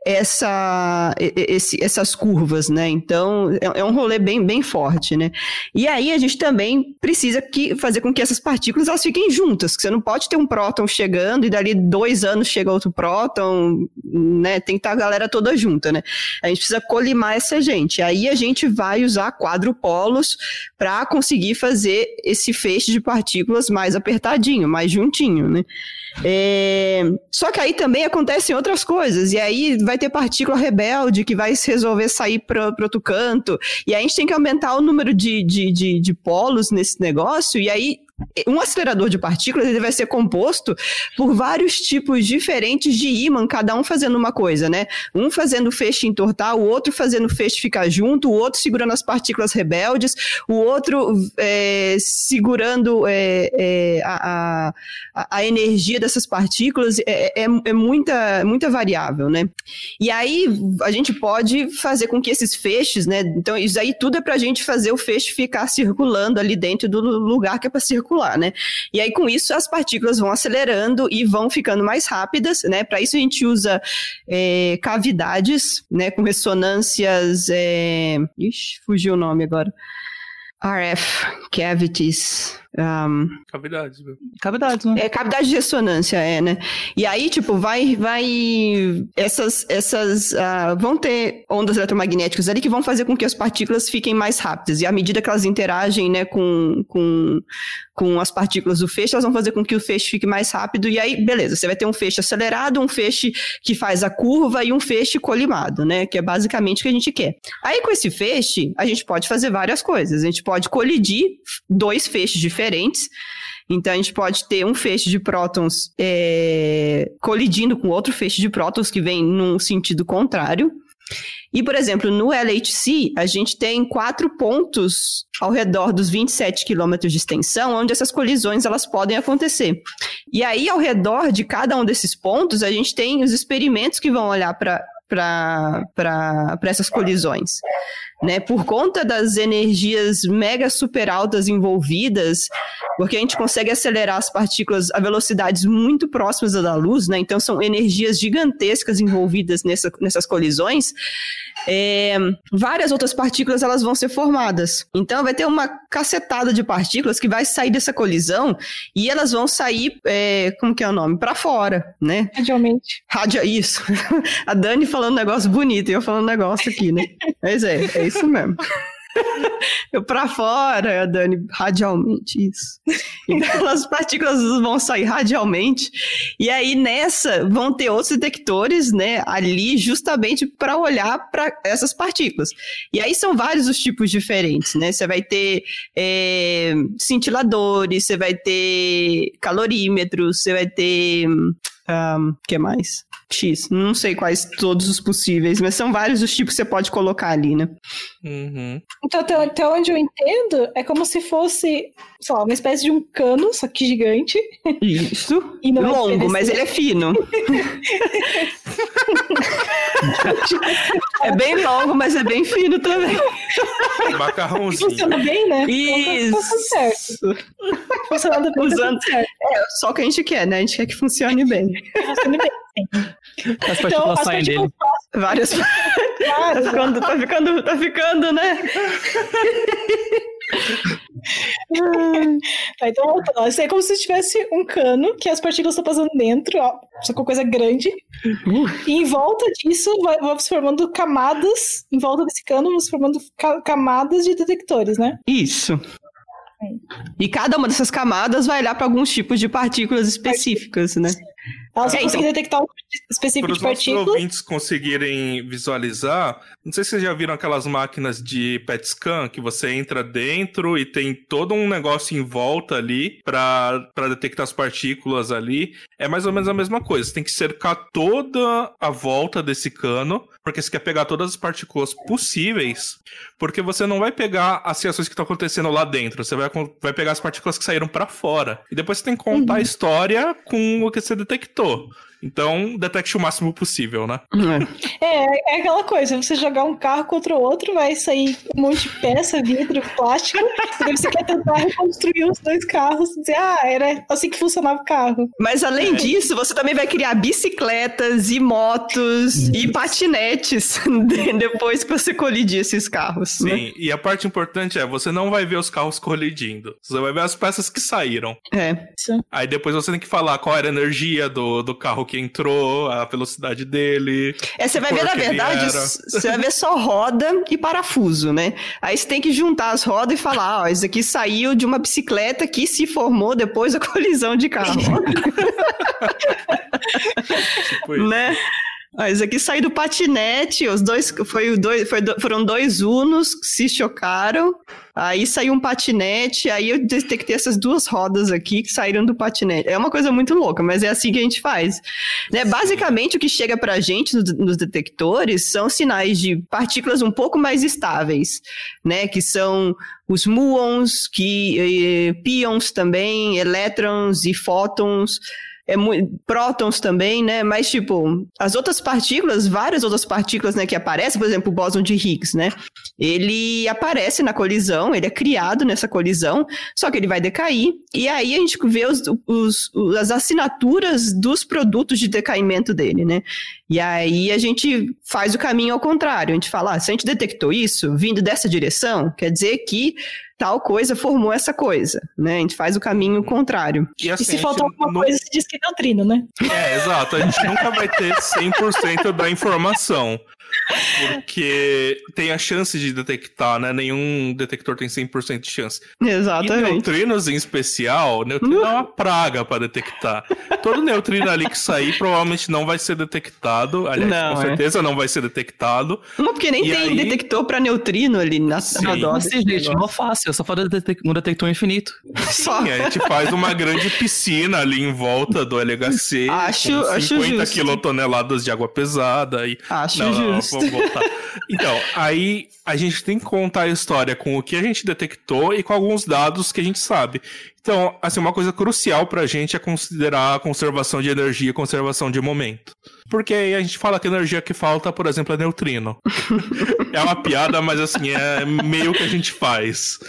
essas curvas, né? Então, é um rolê bem forte, né? E aí a gente também precisa fazer com que essas partículas elas fiquem juntas, que você não pode ter um próton chegando e dali 2 anos chega outro próton, né? Tem que estar a galera toda junta, né? A gente precisa colimar essa gente. Aí a gente vai usar quadrupolos para conseguir fazer esse feixe de partículas mais apertadinho, mais juntinho, né? Só que aí também acontecem outras coisas, e aí vai ter partícula rebelde que vai resolver sair para outro canto, e aí a gente tem que aumentar o número de polos nesse negócio, e aí um acelerador de partículas ele vai ser composto por vários tipos diferentes de ímã, cada um fazendo uma coisa, né? Um fazendo o feixe entortar, o outro fazendo o feixe ficar junto, o outro segurando as partículas rebeldes, o outro segurando a energia dessas partículas. É muita variável, né? E aí a gente pode fazer com que esses feixes, né? Então isso aí tudo é pra gente fazer o feixe ficar circulando ali dentro do lugar que é pra circular, né? E aí, com isso, as partículas vão acelerando e vão ficando mais rápidas, né? Para isso, a gente usa cavidades, né? Com ressonâncias... fugiu o nome agora. RF, cavities... Cavidades, meu. Cavidades, né? Cavidade de ressonância, né? E aí, tipo, vão ter ondas eletromagnéticas ali que vão fazer com que as partículas fiquem mais rápidas. E à medida que elas interagem, né, com as partículas do feixe, elas vão fazer com que o feixe fique mais rápido. E aí, beleza, você vai ter um feixe acelerado, um feixe que faz a curva e um feixe colimado, né? Que é basicamente o que a gente quer. Aí, com esse feixe, a gente pode fazer várias coisas. A gente pode colidir 2 feixes diferentes. Então, a gente pode ter um feixe de prótons colidindo com outro feixe de prótons que vem num sentido contrário. E, por exemplo, no LHC, a gente tem 4 pontos ao redor dos 27 quilômetros de extensão, onde essas colisões elas podem acontecer. E aí, ao redor de cada um desses pontos, a gente tem os experimentos que vão olhar para essas colisões, né? Por conta das energias mega super altas envolvidas, porque a gente consegue acelerar as partículas a velocidades muito próximas da luz, né? Então são energias gigantescas envolvidas nessas colisões. Várias outras partículas elas vão ser formadas. Então vai ter uma cacetada de partículas que vai sair dessa colisão e elas vão sair, como que é o nome? Para fora, né? Radialmente. Isso. A Dani falando um negócio bonito e eu falando um negócio aqui, né? Mas é isso mesmo. Eu pra fora, a Dani, radialmente, isso. Então as partículas vão sair radialmente e aí nessa vão ter outros detectores, né, ali justamente para olhar para essas partículas. E aí são vários os tipos diferentes, né? Você vai ter cintiladores, você vai ter calorímetros, você vai ter... que mais? X, não sei quais todos os possíveis, mas são vários os tipos que você pode colocar ali, né? Uhum. Então, até onde eu entendo, é como se fosse, sei lá, uma espécie de um cano, só que gigante. Isso. E não longo, mas ele é fino. É bem longo, mas é bem fino também. Macarrãozinho. Funciona bem, né? Isso. Funciona certo. Funcionando bem, usando certo. Só o que a gente quer, né? A gente quer que funcione bem. Funciona bem. As partículas saem dele. Várias. Claro. Tá ficando, né? Tá, então, voltando. Isso é como se tivesse um cano que as partículas estão passando dentro, ó, só com coisa grande. E em volta disso, vão se formando camadas, em volta desse cano, vão se formando camadas de detectores, né? Isso. E cada uma dessas camadas vai olhar para alguns tipos de partículas específicas, né? Elas conseguem detectar um específico de partículas. Para os ouvintes conseguirem visualizar, não sei se vocês já viram aquelas máquinas de PET scan, que você entra dentro e tem todo um negócio em volta ali para detectar as partículas ali. É mais ou menos a mesma coisa. Você tem que cercar toda a volta desse cano, porque você quer pegar todas as partículas possíveis, porque você não vai pegar as reações que estão acontecendo lá dentro, você vai pegar as partículas que saíram para fora. E depois você tem que contar a história com o que você detectou. Então, detecte o máximo possível, né? É aquela coisa, você jogar um carro contra o outro, vai sair um monte de peça, vidro, plástico, e daí você quer tentar reconstruir os dois carros e dizer, era assim que funcionava o carro. Mas além disso, você também vai criar bicicletas e motos e patinetes depois que você colidir esses carros. Sim, né? E a parte importante você não vai ver os carros colidindo, você vai ver as peças que saíram. Aí depois você tem que falar qual era a energia do carro que entrou, a velocidade dele. Você vai ver, na verdade, você vai ver só roda e parafuso, né? Aí você tem que juntar as rodas e falar, isso aqui saiu de uma bicicleta que se formou depois da colisão de carro. Tipo isso. Né? Isso aqui saiu do patinete, foram dois Unos que se chocaram, aí saiu um patinete, aí eu detectei essas duas rodas aqui que saíram do patinete. É uma coisa muito louca, mas é assim que a gente faz. Né? Basicamente, o que chega pra gente nos detectores são sinais de partículas um pouco mais estáveis, né? Que são os muons, pions também, elétrons e fótons, prótons também, né? Mas, as outras partículas, várias outras partículas, né, que aparecem, por exemplo, o bóson de Higgs, né? Ele aparece na colisão, ele é criado nessa colisão, só que ele vai decair, e aí a gente vê as assinaturas dos produtos de decaimento dele, né? E aí a gente faz o caminho ao contrário, a gente fala, se a gente detectou isso vindo dessa direção, quer dizer que tal coisa formou essa coisa, né? A gente faz o caminho contrário. E, assim, e se faltar alguma coisa, se diz que é neutrino, né? Exato. A gente nunca vai ter 100% da informação. Porque tem a chance de detectar, né? Nenhum detector tem 100% de chance. Exatamente. E neutrinos em especial, neutrino é uma praga para detectar. Todo neutrino ali que sair provavelmente não vai ser detectado. Aliás, com certeza não vai ser detectado. Porque nem tem detector para neutrino ali na redor. Sim, gente, não é fácil. Só falta um detector infinito. Sim, a gente faz uma grande piscina ali em volta do LHC. Acho 50 justo. quilotoneladas de água pesada. Acho justo. Vamos voltar. Então, aí a gente tem que contar a história com o que a gente detectou e com alguns dados que a gente sabe. Então, assim, uma coisa crucial pra gente é considerar a conservação de energia e conservação de momento. Porque aí a gente fala que a energia que falta, por exemplo, é neutrino. É uma piada, mas assim, é meio que a gente faz.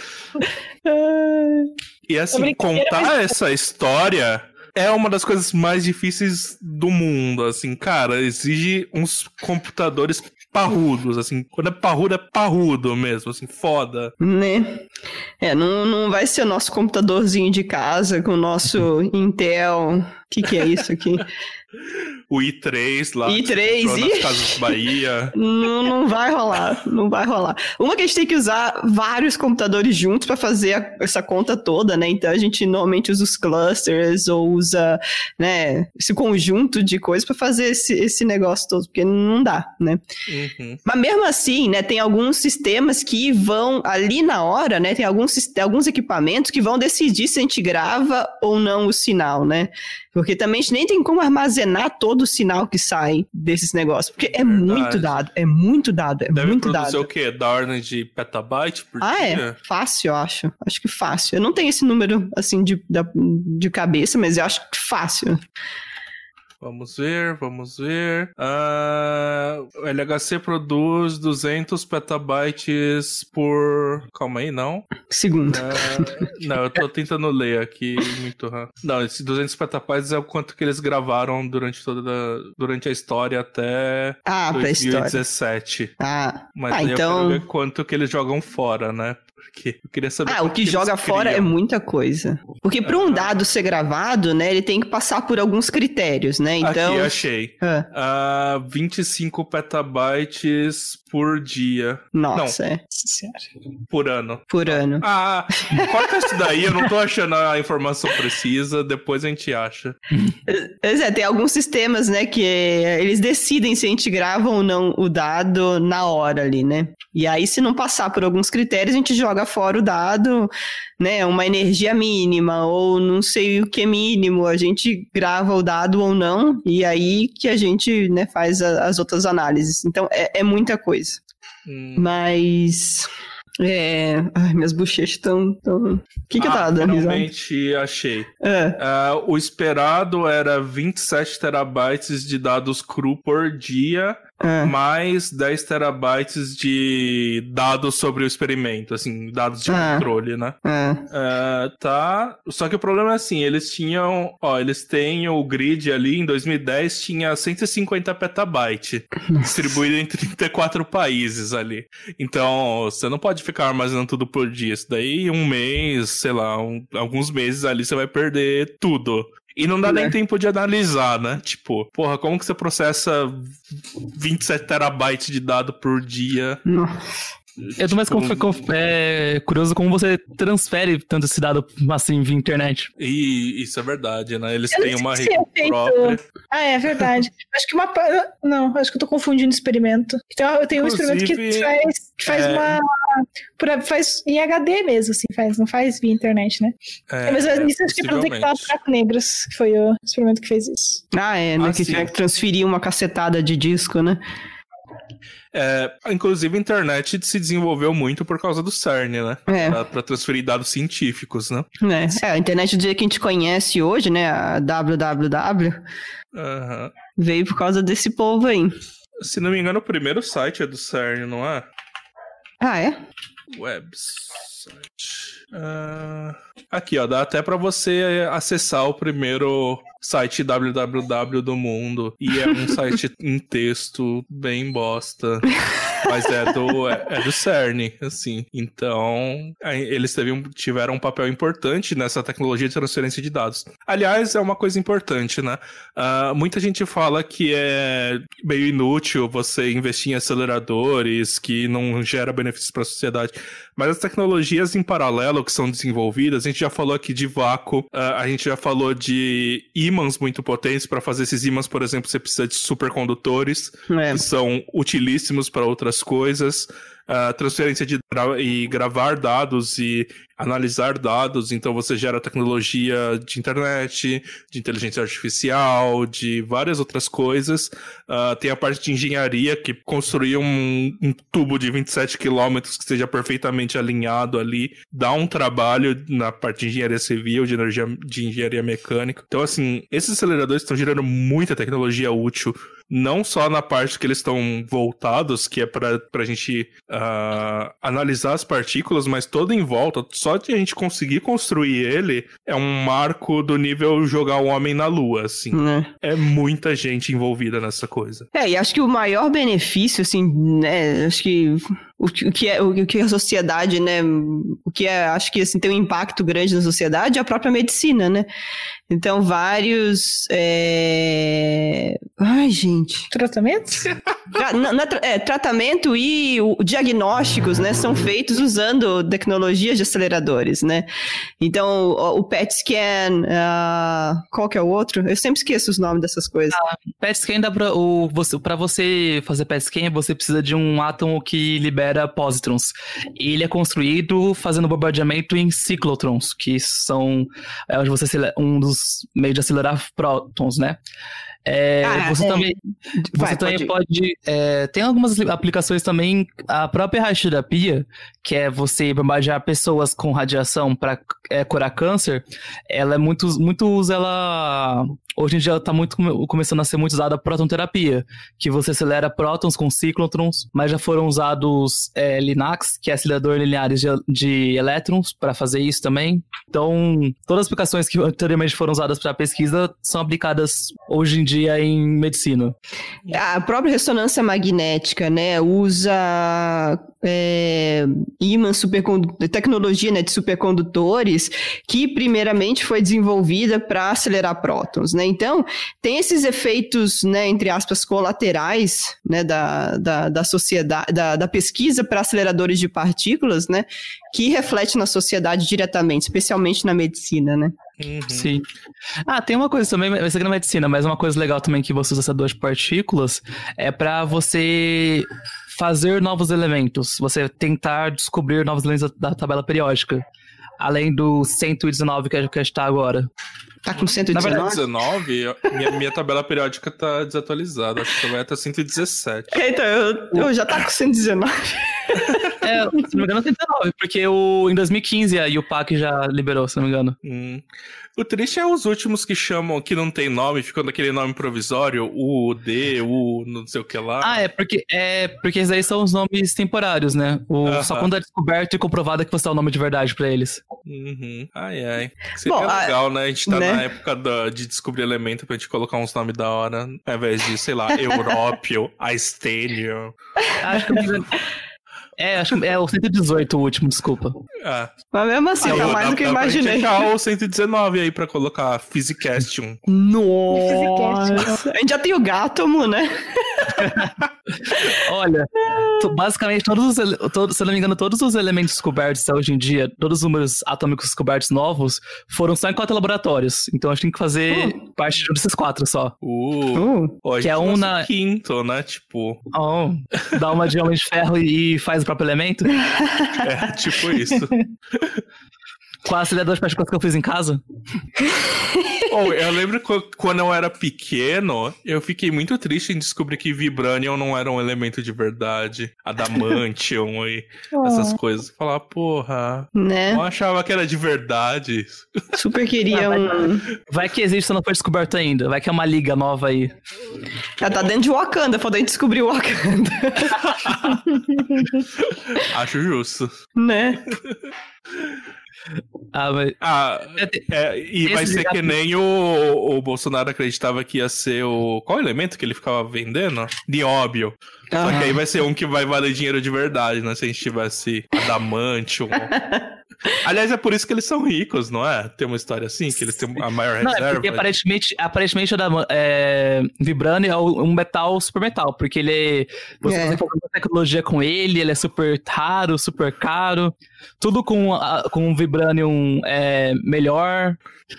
E assim, contar essa história é uma das coisas mais difíceis do mundo, assim, cara, exige uns computadores parrudos, assim, quando é parrudo mesmo, assim, foda. Né? Não vai ser o nosso computadorzinho de casa com o nosso Intel, o que é isso aqui? O i3 lá, i3 nas Casas Bahia. Não vai rolar, não vai rolar. Uma que a gente tem que usar vários computadores juntos para fazer essa conta toda, né? Então a gente normalmente usa os clusters ou usa, né, esse conjunto de coisas para fazer esse negócio todo, porque não dá, né? Uhum. Mas mesmo assim, né, tem alguns sistemas que vão ali na hora, né? Tem alguns equipamentos que vão decidir se a gente grava ou não o sinal, né? Porque também a gente nem tem como armazenar todo o sinal que sai desses negócios. Porque é muito dado, é muito dado, é Deve muito produzir dado. o quê? Da ordem de petabyte por dia? Fácil, eu acho. Acho que fácil. Eu não tenho esse número, assim, de cabeça, mas eu acho que fácil. Vamos ver. O LHC produz 200 petabytes por... Calma aí, não? Segundo. Não, eu tô tentando ler aqui muito rápido. Não, esses 200 petabytes é o quanto que eles gravaram durante a história até 2017. Pra história. Mas aí então... eu quero ver quanto que eles jogam fora, né? Porque eu queria saber... o que joga fora é muita coisa. Porque para um dado ser gravado, né, ele tem que passar por alguns critérios, né? Então... Aqui, achei. 25 petabytes por dia. Nossa, não, por ano. Por ano. Corta isso daí, eu não tô achando a informação precisa, depois a gente acha. Tem alguns sistemas, né, que eles decidem se a gente grava ou não o dado na hora ali, né? E aí, se não passar por alguns critérios, a gente joga fora o dado, né, uma energia mínima, ou não sei o que é mínimo, a gente grava o dado ou não, e aí que a gente, né, faz as outras análises. Então, é muita coisa. Mas... Ai, minhas bochechas estão... O que eu tava dando? Realmente achei. O esperado era 27 terabytes de dados cru por dia, mais 10 terabytes de dados sobre o experimento, assim, dados de controle, né? Tá. Só que o problema é assim, eles têm o grid ali, em 2010 tinha 150 petabytes, distribuído em 34 países ali. Então, você não pode ficar armazenando tudo por dia. Isso daí, um mês, sei lá, alguns meses ali, você vai perder tudo. E não dá nem tempo de analisar, né? Tipo, porra, como que você processa 27 terabytes de dado por dia? Eu tô mais curioso como você transfere tanto esse dado assim via internet. E isso é verdade, né? Eles têm uma rede própria. É verdade. Acho que acho que eu tô confundindo experimento. Então, eu tenho um experimento que faz em HD mesmo, assim, não faz via internet, né? Mas isso acho que é conectado para Buracos Negros, que foi o experimento que fez isso. Né? Que tinha que transferir uma cacetada de disco, né? Inclusive a internet se desenvolveu muito por causa do CERN, né? Pra transferir dados científicos, né? A internet do dia que a gente conhece hoje, né? A www, veio por causa desse povo aí. Se não me engano, o primeiro site é do CERN, não é? Website. Aqui, dá até pra você acessar o primeiro site www do mundo. E é um site em texto bem bosta. Mas é do CERN, assim. Então, eles tiveram um papel importante nessa tecnologia de transferência de dados. Aliás, é uma coisa importante, né? Muita gente fala que é meio inútil você investir em aceleradores, que não gera benefícios para a sociedade. Mas as tecnologias em paralelo que são desenvolvidas, a gente já falou aqui de vácuo, a gente já falou de ímãs muito potentes. Para fazer esses ímãs, por exemplo, você precisa de supercondutores, que são utilíssimos para outras coisas. Transferência e gravar dados e analisar dados, então você gera tecnologia de internet, de inteligência artificial, de várias outras coisas. Tem a parte de engenharia, que construir um tubo de 27 quilômetros que seja perfeitamente alinhado ali, dá um trabalho na parte de engenharia civil, de engenharia mecânica. Então, assim, esses aceleradores estão gerando muita tecnologia útil, não só na parte que eles estão voltados, que é pra gente analisar as partículas, mas todo em volta. Só de a gente conseguir construir ele é um marco do nível jogar o homem na lua, assim. É muita gente envolvida nessa coisa. E acho que o maior benefício, assim, né, acho que o que a sociedade, né, acho que assim, tem um impacto grande na sociedade é a própria medicina, né? Então, vários... Ai, gente. Tratamento? Tratamento e diagnósticos, né, são feitos usando tecnologias de aceleradores, né? Então, o PET scan, qual que é o outro? Eu sempre esqueço os nomes dessas coisas. PET scan dá pra você fazer PET scan, você precisa de um átomo que libera pósitrons. Ele é construído fazendo bombardeamento em ciclotrons, que são onde você um dos meios de acelerar prótons, né? Você também pode... tem algumas aplicações também. A própria radioterapia, que é você bombardear pessoas com radiação para curar câncer, ela é muito ela... Hoje em dia está começando a ser muito usada a protonterapia, que você acelera prótons com ciclotrons, mas já foram usados LINACs, que é acelerador lineares de elétrons, para fazer isso também. Então, todas as aplicações que anteriormente foram usadas para pesquisa são aplicadas hoje em dia em medicina. A própria ressonância magnética, né, usa ímãs, tecnologia, né, de supercondutores, que primeiramente foi desenvolvida para acelerar prótons, né? Então, tem esses efeitos, né, entre aspas, colaterais, né, da sociedade, da pesquisa para aceleradores de partículas, né, que reflete na sociedade diretamente, especialmente na medicina, né? Sim. Tem uma coisa também, vai ser na medicina, mas uma coisa legal também que você usa acelerador de partículas é para você fazer novos elementos, você tentar descobrir novos elementos da tabela periódica, além do 119 que a gente tá agora. Tá com 119? Na verdade, 19, minha tabela periódica tá desatualizada. Acho que vai até 117. Então, eu já tá com 119. Se não me engano, 119, porque em 2015 a UPAC já liberou, se não me engano. O triste é os últimos que chamam, que não tem nome, ficam daquele nome provisório, U, D, U, não sei o que lá. Porque esses aí são os nomes temporários, né? Só quando é descoberto e comprovado é que você dá o nome de verdade pra eles. Ai. Seria legal, né? A gente tá na época de descobrir elemento pra gente colocar uns nomes da hora, ao invés de, sei lá, Európio, Aistênio. Acho que é o 118 o último, desculpa. Mas mesmo assim, tá mais do que eu imaginei. Dá o 119 aí pra colocar Physicastion. Nossa! A gente já tem o Gátomo, né? Olha, basicamente, se eu não me engano, todos os elementos descobertos hoje em dia, todos os números atômicos descobertos novos, foram só em 4 laboratórios. Então a gente tem que fazer parte desses 4 só. Que é um na quinto, né? Tipo. Dá uma de Homem de Ferro e faz o próprio elemento? Tipo isso. Com a acelerador de partículas que eu fiz em casa? Eu lembro quando eu era pequeno, eu fiquei muito triste em descobrir que Vibranium não era um elemento de verdade. Adamantium e essas coisas. Falar, porra, né? Eu achava que era de verdade. Super queria Vai que existe, só não foi descoberto ainda. Vai que é uma liga nova aí. Ela tá dentro de Wakanda, falta a gente descobrir o Wakanda. Acho justo. Né? E vai ser que nem o Bolsonaro acreditava que ia ser o... Qual elemento que ele ficava vendendo? Nióbio. Só que aí vai ser um que vai valer dinheiro de verdade, né? Se a gente tivesse Adamantium. Aliás, é por isso que eles são ricos, não é? Tem uma história assim, que eles têm a maior reserva. Não, porque aparentemente o Vibranium é um metal super metal, porque você consegue fazer uma tecnologia com ele é super raro, super caro, tudo com Vibranium melhor.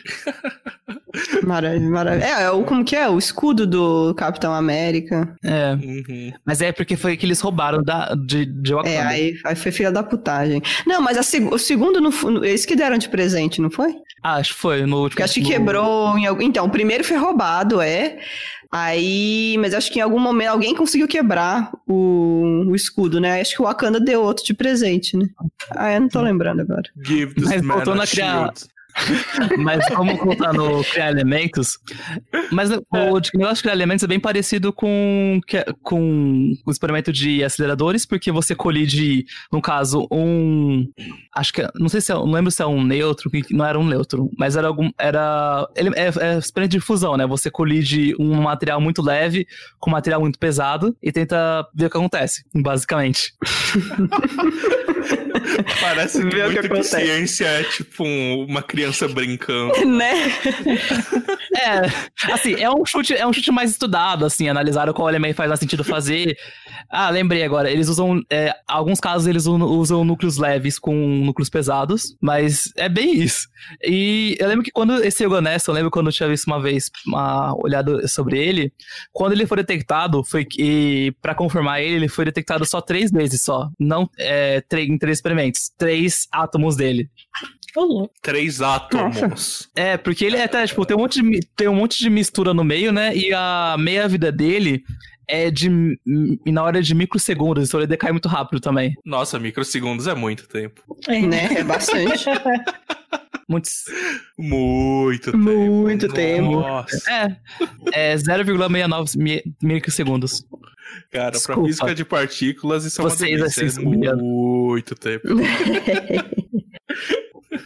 Maravilha. Como que é? O escudo do Capitão América. Mas é porque foi que eles roubaram de Wakanda. Aí foi filha da putagem. Não, mas o segundo, eles que deram de presente, não foi? Acho que foi, no último. Porque acho que quebrou em algum... Então, o primeiro foi roubado, Aí, mas acho que em algum momento alguém conseguiu quebrar o escudo, né? Acho que o Wakanda deu outro de presente, né? Eu não tô lembrando agora. Give this man a shield. Mas vamos voltar no criar elementos. Mas o negócio de criar elementos é bem parecido com o experimento de aceleradores, porque você colide, no caso, acho que, não sei se não lembro se é um nêutron, não era um nêutron, mas era experimento de fusão, né? Você colide um material muito leve com um material muito pesado e tenta ver o que acontece, basicamente. Parece muito que ciência é tipo uma criança brincando. Né? Assim, é um chute mais estudado, assim, analisaram qual elemento faz mais sentido fazer. Lembrei agora, eles usam, alguns casos eles usam núcleos leves com núcleos pesados, mas é bem isso. E eu lembro que quando esse Eugonessa, eu lembro quando eu tinha visto uma vez uma olhada sobre ele, quando ele foi detectado, pra confirmar ele foi detectado só 3 vezes só, não em 3 experimentos, 3 átomos dele. 3 átomos. Porque ele tem um monte de mistura no meio, né? E a meia-vida dele na hora de microsegundos, então ele decai muito rápido também. Nossa, microsegundos é muito tempo. Né? É bastante. Muito tempo. Nossa. 0,69 microsegundos. Cara, desculpa. Pra física de partículas, isso é uma delícia. Muito tempo.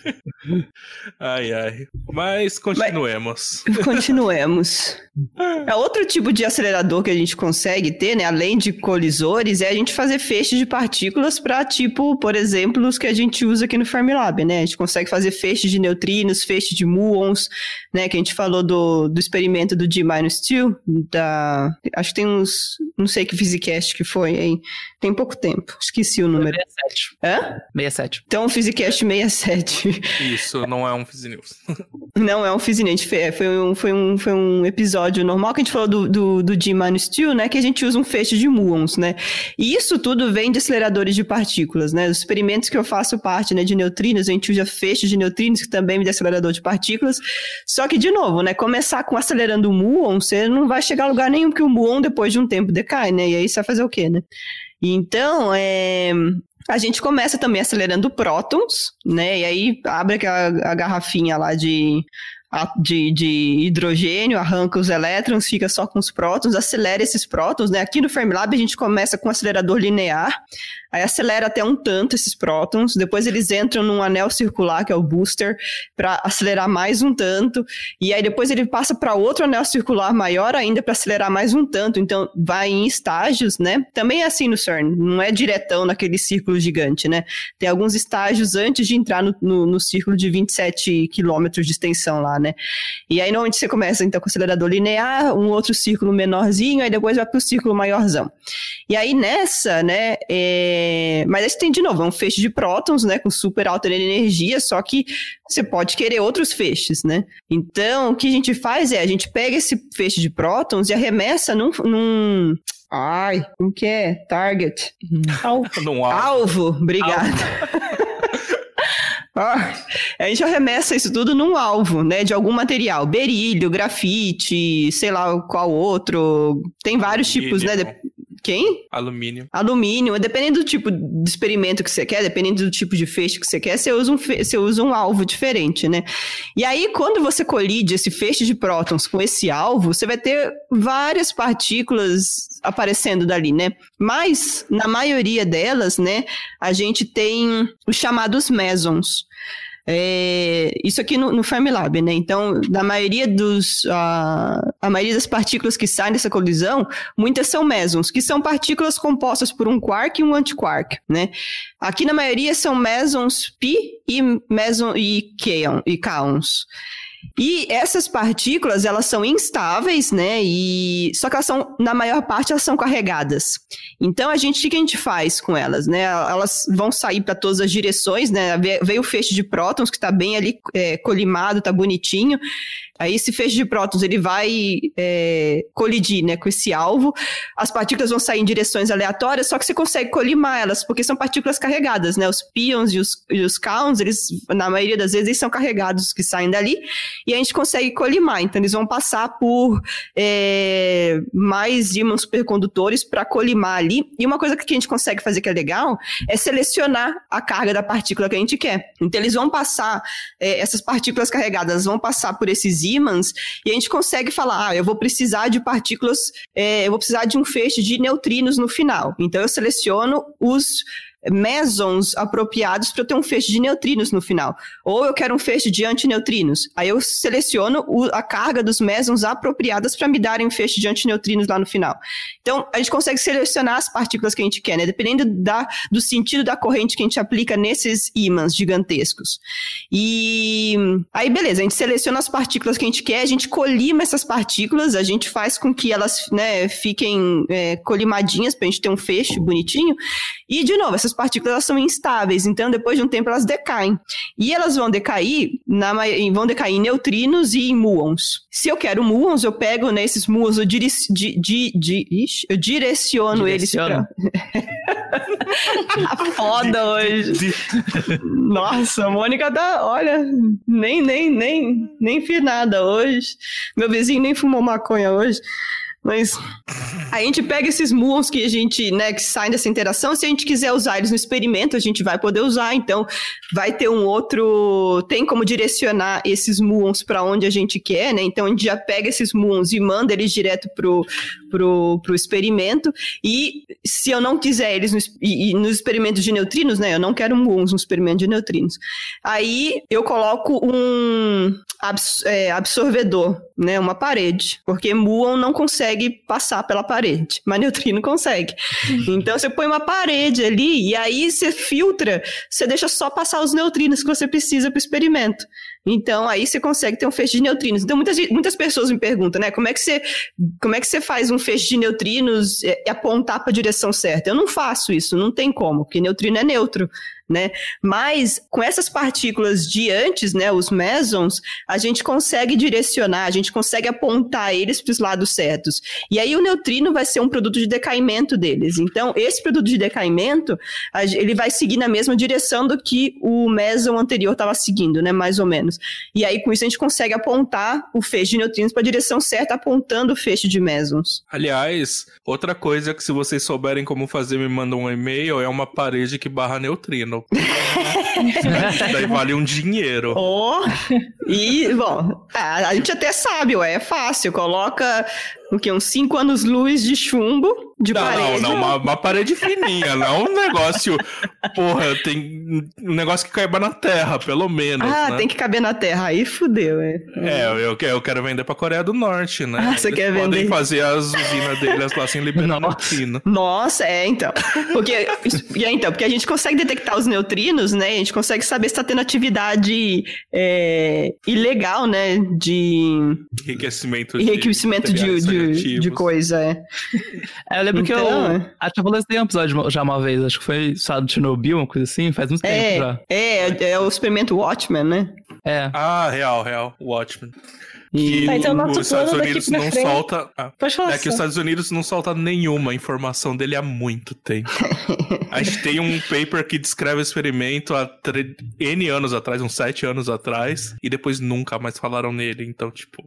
Ai, ai. Mas continuemos. Continuemos. Outro tipo de acelerador que a gente consegue ter, né, além de colisores, é a gente fazer feixes de partículas para, tipo, por exemplo, os que a gente usa aqui no Fermilab, né? A gente consegue fazer feixes de neutrinos, feixes de muons, né? Que a gente falou do experimento do D-2, acho que tem uns, não sei que Physicast que foi, hein? Tem pouco tempo, esqueci o número. 67. Hã? 67. Então, Physicast 67. Isso, não é um Phys News. Não é um Phys News, foi um episódio normal que a gente falou do D-2, né, que a gente usa um feixe de muons, né, e isso tudo vem de aceleradores de partículas, né, os experimentos que eu faço parte, né, de neutrinos, a gente usa feixes de neutrinos, que também vem de acelerador de partículas, só que, de novo, né, começar com acelerando o muon, você não vai chegar a lugar nenhum, porque o muon, depois de um tempo, decai, né, e aí você vai fazer o quê, né? Então, a gente começa também acelerando prótons, né? E aí abre a garrafinha lá de hidrogênio, arranca os elétrons, fica só com os prótons, acelera esses prótons, né? Aqui no Fermilab a gente começa com um acelerador linear, aí acelera até um tanto esses prótons, depois eles entram num anel circular, que é o booster, para acelerar mais um tanto, e aí depois ele passa para outro anel circular maior ainda para acelerar mais um tanto, então vai em estágios, né? Também é assim no CERN, não é diretão naquele círculo gigante, né? Tem alguns estágios antes de entrar no círculo de 27 quilômetros de extensão lá, né? E aí normalmente você começa então com o acelerador linear, um outro círculo menorzinho, aí depois vai para o círculo maiorzão. E aí nessa, né, mas aí você tem de novo, é um feixe de prótons, né, com super alta energia, só que você pode querer outros feixes, né? Então o que a gente faz a gente pega esse feixe de prótons e arremessa num ai, como que é? Target. Alvo, obrigada. A gente arremessa isso tudo num alvo, né, de algum material, berílio, grafite, sei lá qual outro, tem vários tipos, né, Quem? Alumínio. Alumínio, dependendo do tipo de experimento que você quer, dependendo do tipo de feixe que você quer, você usa um alvo diferente, né? E aí, quando você colide esse feixe de prótons com esse alvo, você vai ter várias partículas aparecendo dali, né? Mas, na maioria delas, né, a gente tem os chamados mesons. Isso aqui no Fermilab, né? Então, a maioria das partículas que saem dessa colisão, muitas são mesons, que são partículas compostas por um quark e um antiquark, né? Aqui na maioria são mesons pi e kaons. E essas partículas, elas são instáveis, né? Só que elas são, na maior parte, elas são carregadas. Então, o que a gente faz com elas, né? Elas vão sair para todas as direções, né? Veio o feixe de prótons, que está bem ali colimado, está bonitinho. Aí esse feixe de prótons, ele vai colidir, né, com esse alvo. As partículas vão sair em direções aleatórias, só que você consegue colimar elas, porque são partículas carregadas, né? Os pions e os kaons, eles, na maioria das vezes, eles são carregados que saem dali, e a gente consegue colimar. Então, eles vão passar por mais ímãs supercondutores para colimar ali. E uma coisa que a gente consegue fazer que é legal é selecionar a carga da partícula que a gente quer. Então, eles vão passar, essas partículas carregadas vão passar por esses ímãs, e a gente consegue falar, eu vou precisar de partículas, eu vou precisar de um feixe de neutrinos no final. Então eu seleciono os mesons apropriados para eu ter um feixe de neutrinos no final. Ou eu quero um feixe de antineutrinos. Aí eu seleciono a carga dos mesons apropriadas para me darem um feixe de antineutrinos lá no final. Então, a gente consegue selecionar as partículas que a gente quer, né? Dependendo do sentido da corrente que a gente aplica nesses ímãs gigantescos. E aí, beleza, a gente seleciona as partículas que a gente quer, a gente colima essas partículas, a gente faz com que elas, né, fiquem colimadinhas para a gente ter um feixe bonitinho. E, de novo, essas partículas elas são instáveis, então depois de um tempo elas decaem. E elas vão decair em neutrinos e em muons. Se eu quero muons, eu pego nesses muons, eu direciono eles pra... Tá foda hoje. Nossa, a Mônica tá, olha, nem fiz nada hoje. Meu vizinho nem fumou maconha hoje. Mas a gente pega esses muons que a gente, né, que saem dessa interação, se a gente quiser usar eles no experimento, a gente vai poder usar, então vai ter tem como direcionar esses muons para onde a gente quer, né, então a gente já pega esses muons e manda eles direto pro pro experimento, e se eu não quiser eles nos experimentos de neutrinos, né, eu não quero muons no experimento de neutrinos, aí eu coloco um absorvedor, né, uma parede, porque muon não consegue passar pela parede, mas neutrino consegue. Então você põe uma parede ali, e aí você filtra, você deixa só passar os neutrinos que você precisa para o experimento. Então, aí você consegue ter um feixe de neutrinos. Então, muitas pessoas me perguntam, né, como é que você faz um feixe de neutrinos e apontar para a direção certa? Eu não faço isso, não tem como, porque neutrino é neutro, né? Mas, com essas partículas de antes, né, os mesons, a gente consegue direcionar, a gente consegue apontar eles para os lados certos. E aí, o neutrino vai ser um produto de decaimento deles. Então, esse produto de decaimento, ele vai seguir na mesma direção do que o meson anterior estava seguindo, né, mais ou menos. E aí, com isso, a gente consegue apontar o feixe de neutrinos para a direção certa, apontando o feixe de mesons. Aliás, outra coisa que se vocês souberem como fazer, me mandam um e-mail, é uma parede que barra neutrino. Daí vale um dinheiro. E, bom, a gente até sabe, é fácil. Coloca uns 5 anos-luz de chumbo de parede. Não, uma parede fininha, não um negócio. Porra, tem um negócio que caiba na terra, pelo menos. Né? Tem que caber na terra, aí fudeu. Eu quero vender pra Coreia do Norte, né? Você quer vender? Podem fazer as usinas deles lá sem liberar neutrino. Nossa, então. Porque a gente consegue detectar os neutrinos, né? A gente consegue saber se tá tendo atividade ilegal, né? De enriquecimento de coisa, eu lembro que eu acho que eu falei esse episódio já uma vez, acho que foi estado de Chernobyl, uma coisa assim, faz muito tempo já. É o experimento Watchmen, né? Real, Watchmen. Então, os Estados Unidos não solta. Pode falar que os Estados Unidos não solta nenhuma informação dele há muito tempo. A gente tem um paper que descreve o experimento há N anos atrás, uns 7 anos atrás, e depois nunca mais falaram nele, então, tipo.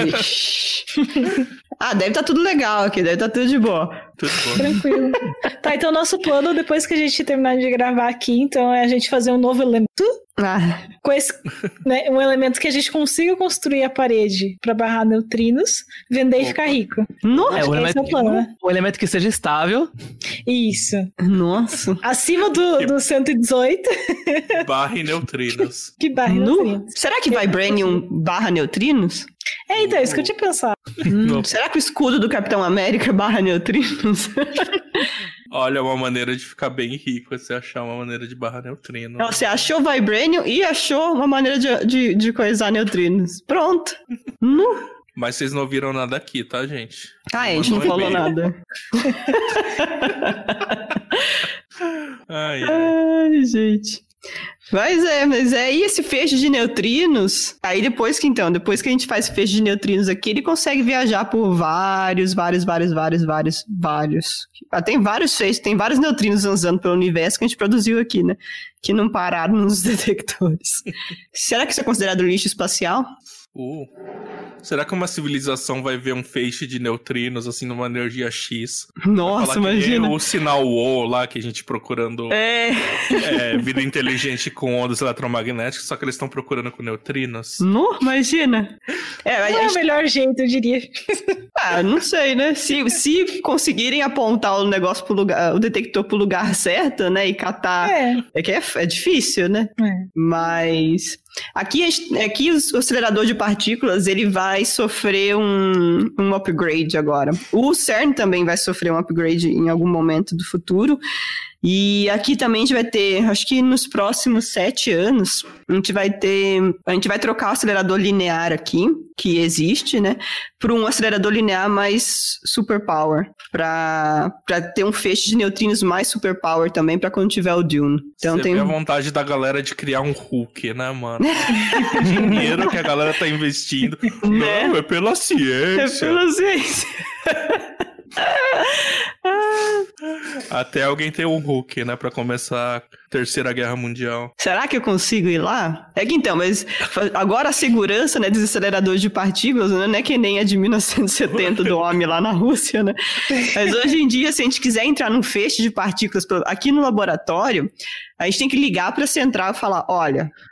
Deve estar tudo legal aqui, deve estar tudo de boa. Tudo bom. Tranquilo. Então nosso plano, depois que a gente terminar de gravar aqui, então é a gente fazer um novo elemento. Com esse, né, um elemento que a gente consiga construir a parede para barrar neutrinos, vender e ficar rico. Nossa, esse é o plano, né? Um elemento que seja estável. Isso. Nossa. Acima do 118. Barre neutrinos. Que barre neutrinos. Será que Vibranium barra neutrinos? Então, isso que eu tinha pensado. Será que o escudo do Capitão América barra neutrinos? Olha, uma maneira de ficar bem rico, você achar uma maneira de barrar neutrino. Você achou Vibranium e achou uma maneira de coisar neutrinos. Pronto. Mas vocês não ouviram nada aqui, tá, gente? A gente não falou nada. Ai, gente. Mas e esse feixe de neutrinos, aí depois que a gente faz feixe de neutrinos aqui, ele consegue viajar por vários. Tem vários feixes, tem vários neutrinos andando pelo universo que a gente produziu aqui, né? Que não pararam nos detectores. Será que isso é considerado lixo espacial? Será que uma civilização vai ver um feixe de neutrinos, assim, numa energia X? Nossa, imagina. O sinal WO lá, que a gente procurando vida inteligente com ondas eletromagnéticas, só que eles estão procurando com neutrinos. Imagina. É o melhor jeito, eu diria. Não sei, né? Se conseguirem apontar o negócio pro lugar, o detector pro lugar certo, né? E catar. É difícil, né? Mas aqui o acelerador de partículas, ele vai sofrer um upgrade agora. O CERN também vai sofrer um upgrade em algum momento do futuro. E aqui também a gente vai ter, acho que nos próximos 7 anos, a gente vai trocar o acelerador linear aqui, que existe, né, por um acelerador linear mais superpower, para ter um feixe de neutrinos mais superpower também, para quando tiver o Dune. Então Você vê a vontade da galera de criar um Hulk, né, mano? Dinheiro que a galera tá investindo. Não, é pela ciência. É pela ciência. Até alguém ter um Hulk, né, pra começar a Terceira Guerra Mundial. Será que eu consigo ir lá? Mas agora a segurança, né, dos aceleradores de partículas, né, não é que nem a de 1970 do homem lá na Rússia, né? Mas hoje em dia, se a gente quiser entrar num feixe de partículas aqui no laboratório, a gente tem que ligar pra central e falar, olha,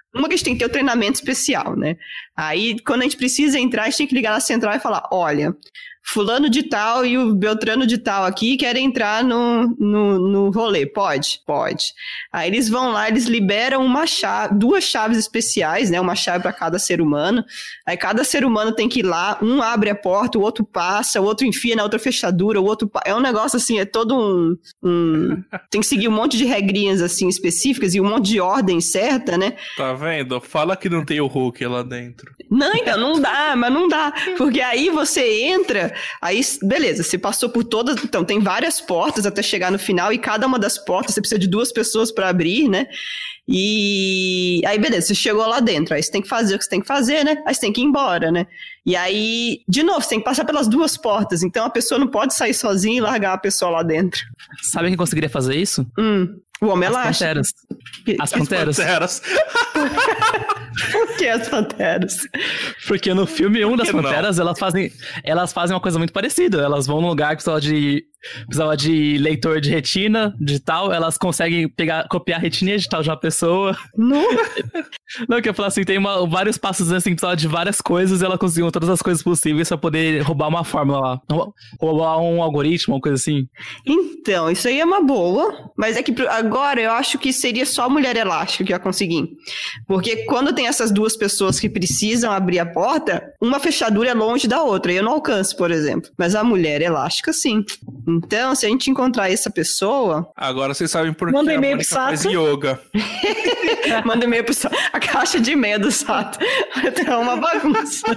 Uma que a gente tem que ter o treinamento especial, né? Aí, quando a gente precisa entrar, a gente tem que ligar na central e falar, olha, fulano de tal e o Beltrano de tal aqui querem entrar no rolê. Pode? Pode. Aí eles vão lá, eles liberam duas chaves especiais, né? Uma chave para cada ser humano. Aí cada ser humano tem que ir lá, um abre a porta, o outro passa, o outro enfia na outra fechadura, o outro... É um negócio assim, é todo tem que seguir um monte de regrinhas assim específicas e um monte de ordem certa, né? Tá vendo? Fala que não tem o Hulk lá dentro. Não, então, não dá. Porque aí você entra, aí, beleza, você passou por todas... Então, tem várias portas até chegar no final, e cada uma das portas você precisa de 2 pessoas para abrir, né? E aí, beleza, você chegou lá dentro, aí você tem que fazer o que você tem que fazer, né? Aí você tem que ir embora, né? E aí, de novo, você tem que passar pelas 2 portas, então a pessoa não pode sair sozinha e largar a pessoa lá dentro. Sabe quem conseguiria fazer isso? O Homem Elástico. As Panteras. Por que as Panteras? Porque no filme 1 das Panteras, elas fazem uma coisa muito parecida. Elas vão num lugar que precisava de leitor de retina digital, elas conseguem copiar a retina digital de uma pessoa. Não, que eu falo assim, tem vários passos assim, precisava de várias coisas, e ela conseguiu todas as coisas possíveis pra poder roubar uma fórmula lá. Roubar um algoritmo, uma coisa assim. Então, isso aí é uma boa, mas é que agora eu acho que seria só a Mulher Elástica que ia conseguir. Porque quando tem essas 2 pessoas que precisam abrir a porta, uma fechadura é longe da outra, e eu não alcanço, por exemplo. Mas a Mulher Elástica, sim. Então, se a gente encontrar essa pessoa... Agora vocês sabem por que Manda a e-mail Mônica pro faz Sato. yoga. Manda e-mail pro Sato. A caixa de e-mail do Sato. É uma bagunça.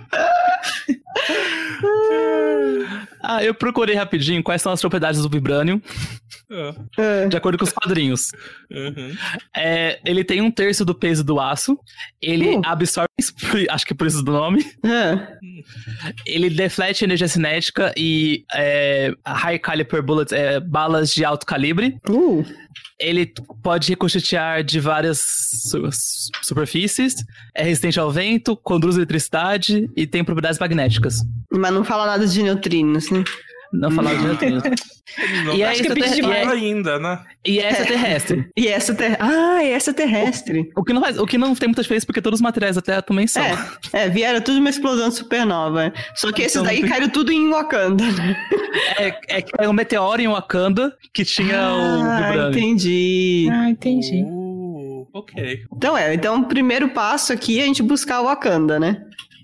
Eu procurei rapidinho quais são as propriedades do Vibranium, de acordo com os quadrinhos. Ele tem 1/3 do peso do aço, ele absorve, acho que por isso do nome, ele deflete energia cinética e high caliber bullets, balas de alto calibre. Ele pode reconstituir de várias superfícies, é resistente ao vento, conduz eletricidade e tem propriedades magnéticas. Mas não fala nada de neutrinos, né? Não falar de neutrinos. E acho que pedi demais ainda, né? E é extraterrestre. E extraterrestre. O que não tem muita diferença, porque todos os materiais da Terra também são. Vieram tudo uma explosão supernova. Só que esses daí caíram tudo em Wakanda, né? É um meteoro em Wakanda que tinha o Vibranium. Entendi. Entendi. Ok. Então o primeiro passo aqui é a gente buscar o Wakanda, né?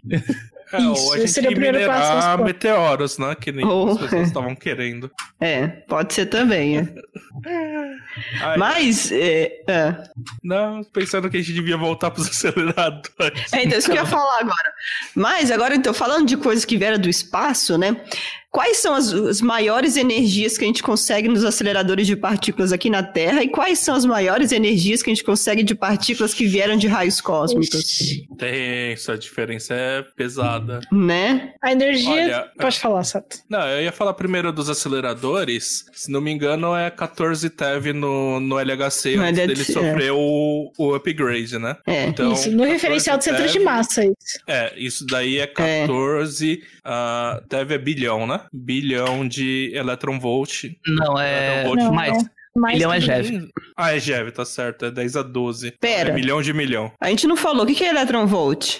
Ou a gente seria o primeiro minerar passo. meteoros, né? Que nem as pessoas estavam querendo. Pode ser também. Mas... Não, pensando que a gente devia voltar pros aceleradores. Então, isso que eu ia falar agora. Mas agora, então, falando de coisas que vieram do espaço, né? Quais são as maiores energias que a gente consegue nos aceleradores de partículas aqui na Terra e quais são as maiores energias que a gente consegue de partículas que vieram de raios cósmicos? Tem, essa diferença é pesada. Né? A energia... Olha, Pode falar, Sato. Não, eu ia falar primeiro dos aceleradores. Se não me engano, é 14 TeV no LHC, antes dele sofrer o upgrade, né? Então, isso, no referencial de centro de massa, isso. Isso daí é 14... TeV é bilhão, né? Bilhão de electron-volt. Não, mais. Bilhão é GeV. É GeV, tá certo. É 10 a 12. Pera. É milhão de milhão. A gente não falou. O que é electron-volt?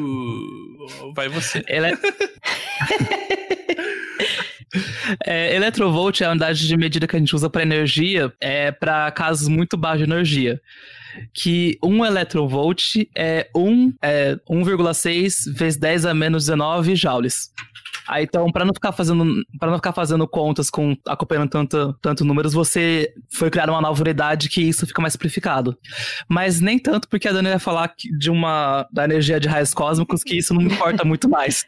Vai você. Electrovolt é a unidade de medida que a gente usa para energia, para casos muito baixos de energia. Que 1 electrovolt é 1,6 vezes 10 a menos 19 joules. Aí, então, para não ficar fazendo contas acompanhando tanto números, foi criar uma nova unidade que isso fica mais simplificado. Mas nem tanto, porque a Dani vai falar da energia de raios cósmicos, que isso não importa muito mais.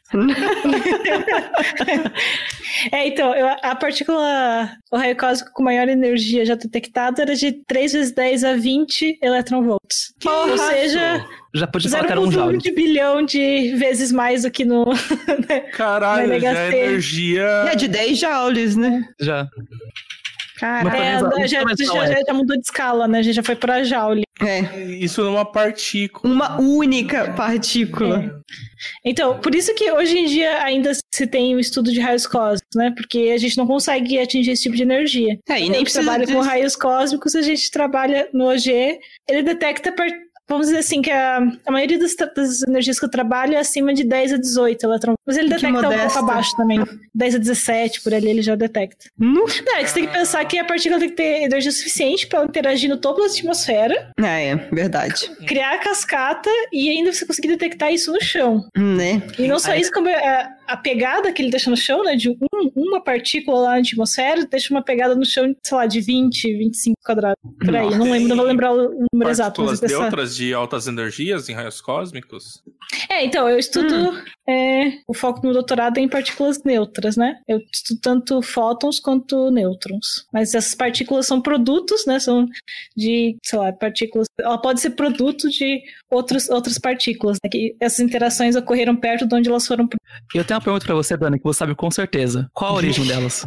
Então, a partícula, o raio cósmico com maior energia já detectado era de 3 vezes 10 a 20 electronvolts. Ou seja... Já pode falar que era 1 joule. 0,1 bilhão de vezes mais do que no... Caralho, já é energia... É de 10 joules, né? Já. Caralho, já mudou de escala, né? A gente já foi pra joule. Isso numa partícula. Uma única partícula. Então, por isso que hoje em dia ainda se tem o estudo de raios cósmicos, né? Porque a gente não consegue atingir esse tipo de energia. E nem precisa trabalha com raios cósmicos, a gente trabalha no OG, ele detecta vamos dizer assim, que a maioria das energias que eu trabalho é acima de 10 a 18 elétrons. Mas ele detecta um pouco abaixo também. 10 a 17, por ali ele já detecta. Não, é que você tem que pensar que a partícula tem que ter energia suficiente para ela interagir no topo da atmosfera. É verdade. Criar a cascata e ainda você conseguir detectar isso no chão. Né? E não só isso, como a pegada que ele deixa no chão, né? De uma partícula lá na atmosfera, deixa uma pegada no chão, sei lá, de 20, 25 quadrados. Por aí, não vou lembrar o número exato. Partículas neutras de altas energias em raios cósmicos? Então, eu estudo... o foco do meu doutorado é em partículas neutras, né? Eu estudo tanto fótons quanto nêutrons. Mas essas partículas são produtos, né? São de, sei lá, partículas... Ela pode ser produto de outras partículas, né? Que essas interações ocorreram perto de onde elas foram... Eu tenho uma pergunta pra você, Dani, que você sabe com certeza. Qual a origem delas?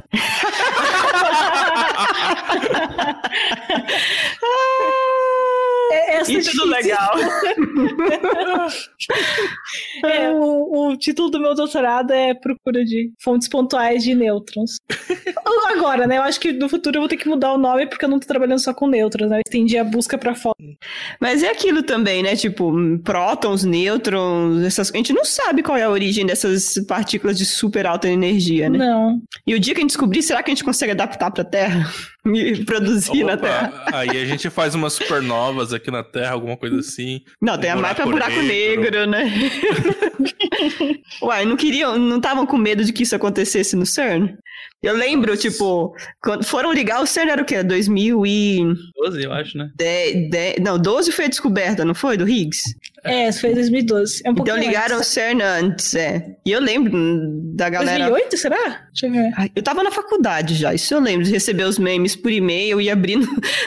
Isso é tudo legal. O título do meu doutorado é Procura de Fontes Pontuais de Nêutrons. Agora, né? Eu acho que no futuro eu vou ter que mudar o nome porque eu não tô trabalhando só com nêutrons, né? Eu estendi a busca pra fora. Mas é aquilo também, né? Tipo, prótons, nêutrons, a gente não sabe qual é a origem dessas partículas de super alta energia, né? Não. E o dia que a gente descobrir, será que a gente consegue adaptar pra Terra? E produzir na Terra? Aí a gente faz umas supernovas aqui na Terra, alguma coisa assim. Não, tem a mais pra buraco negro, né? Uai, não estavam com medo de que isso acontecesse no CERN? Eu lembro, tipo, quando foram ligar, o CERN era o quê? 2012, eu acho, né? 12 foi a descoberta, não foi? Do Higgs? Foi 2012. É um pouquinho então ligaram antes. o CERN antes, E eu lembro da galera... 2008, será? Deixa eu ver. Eu tava na faculdade já, isso eu lembro, de receber os memes por e-mail e abrir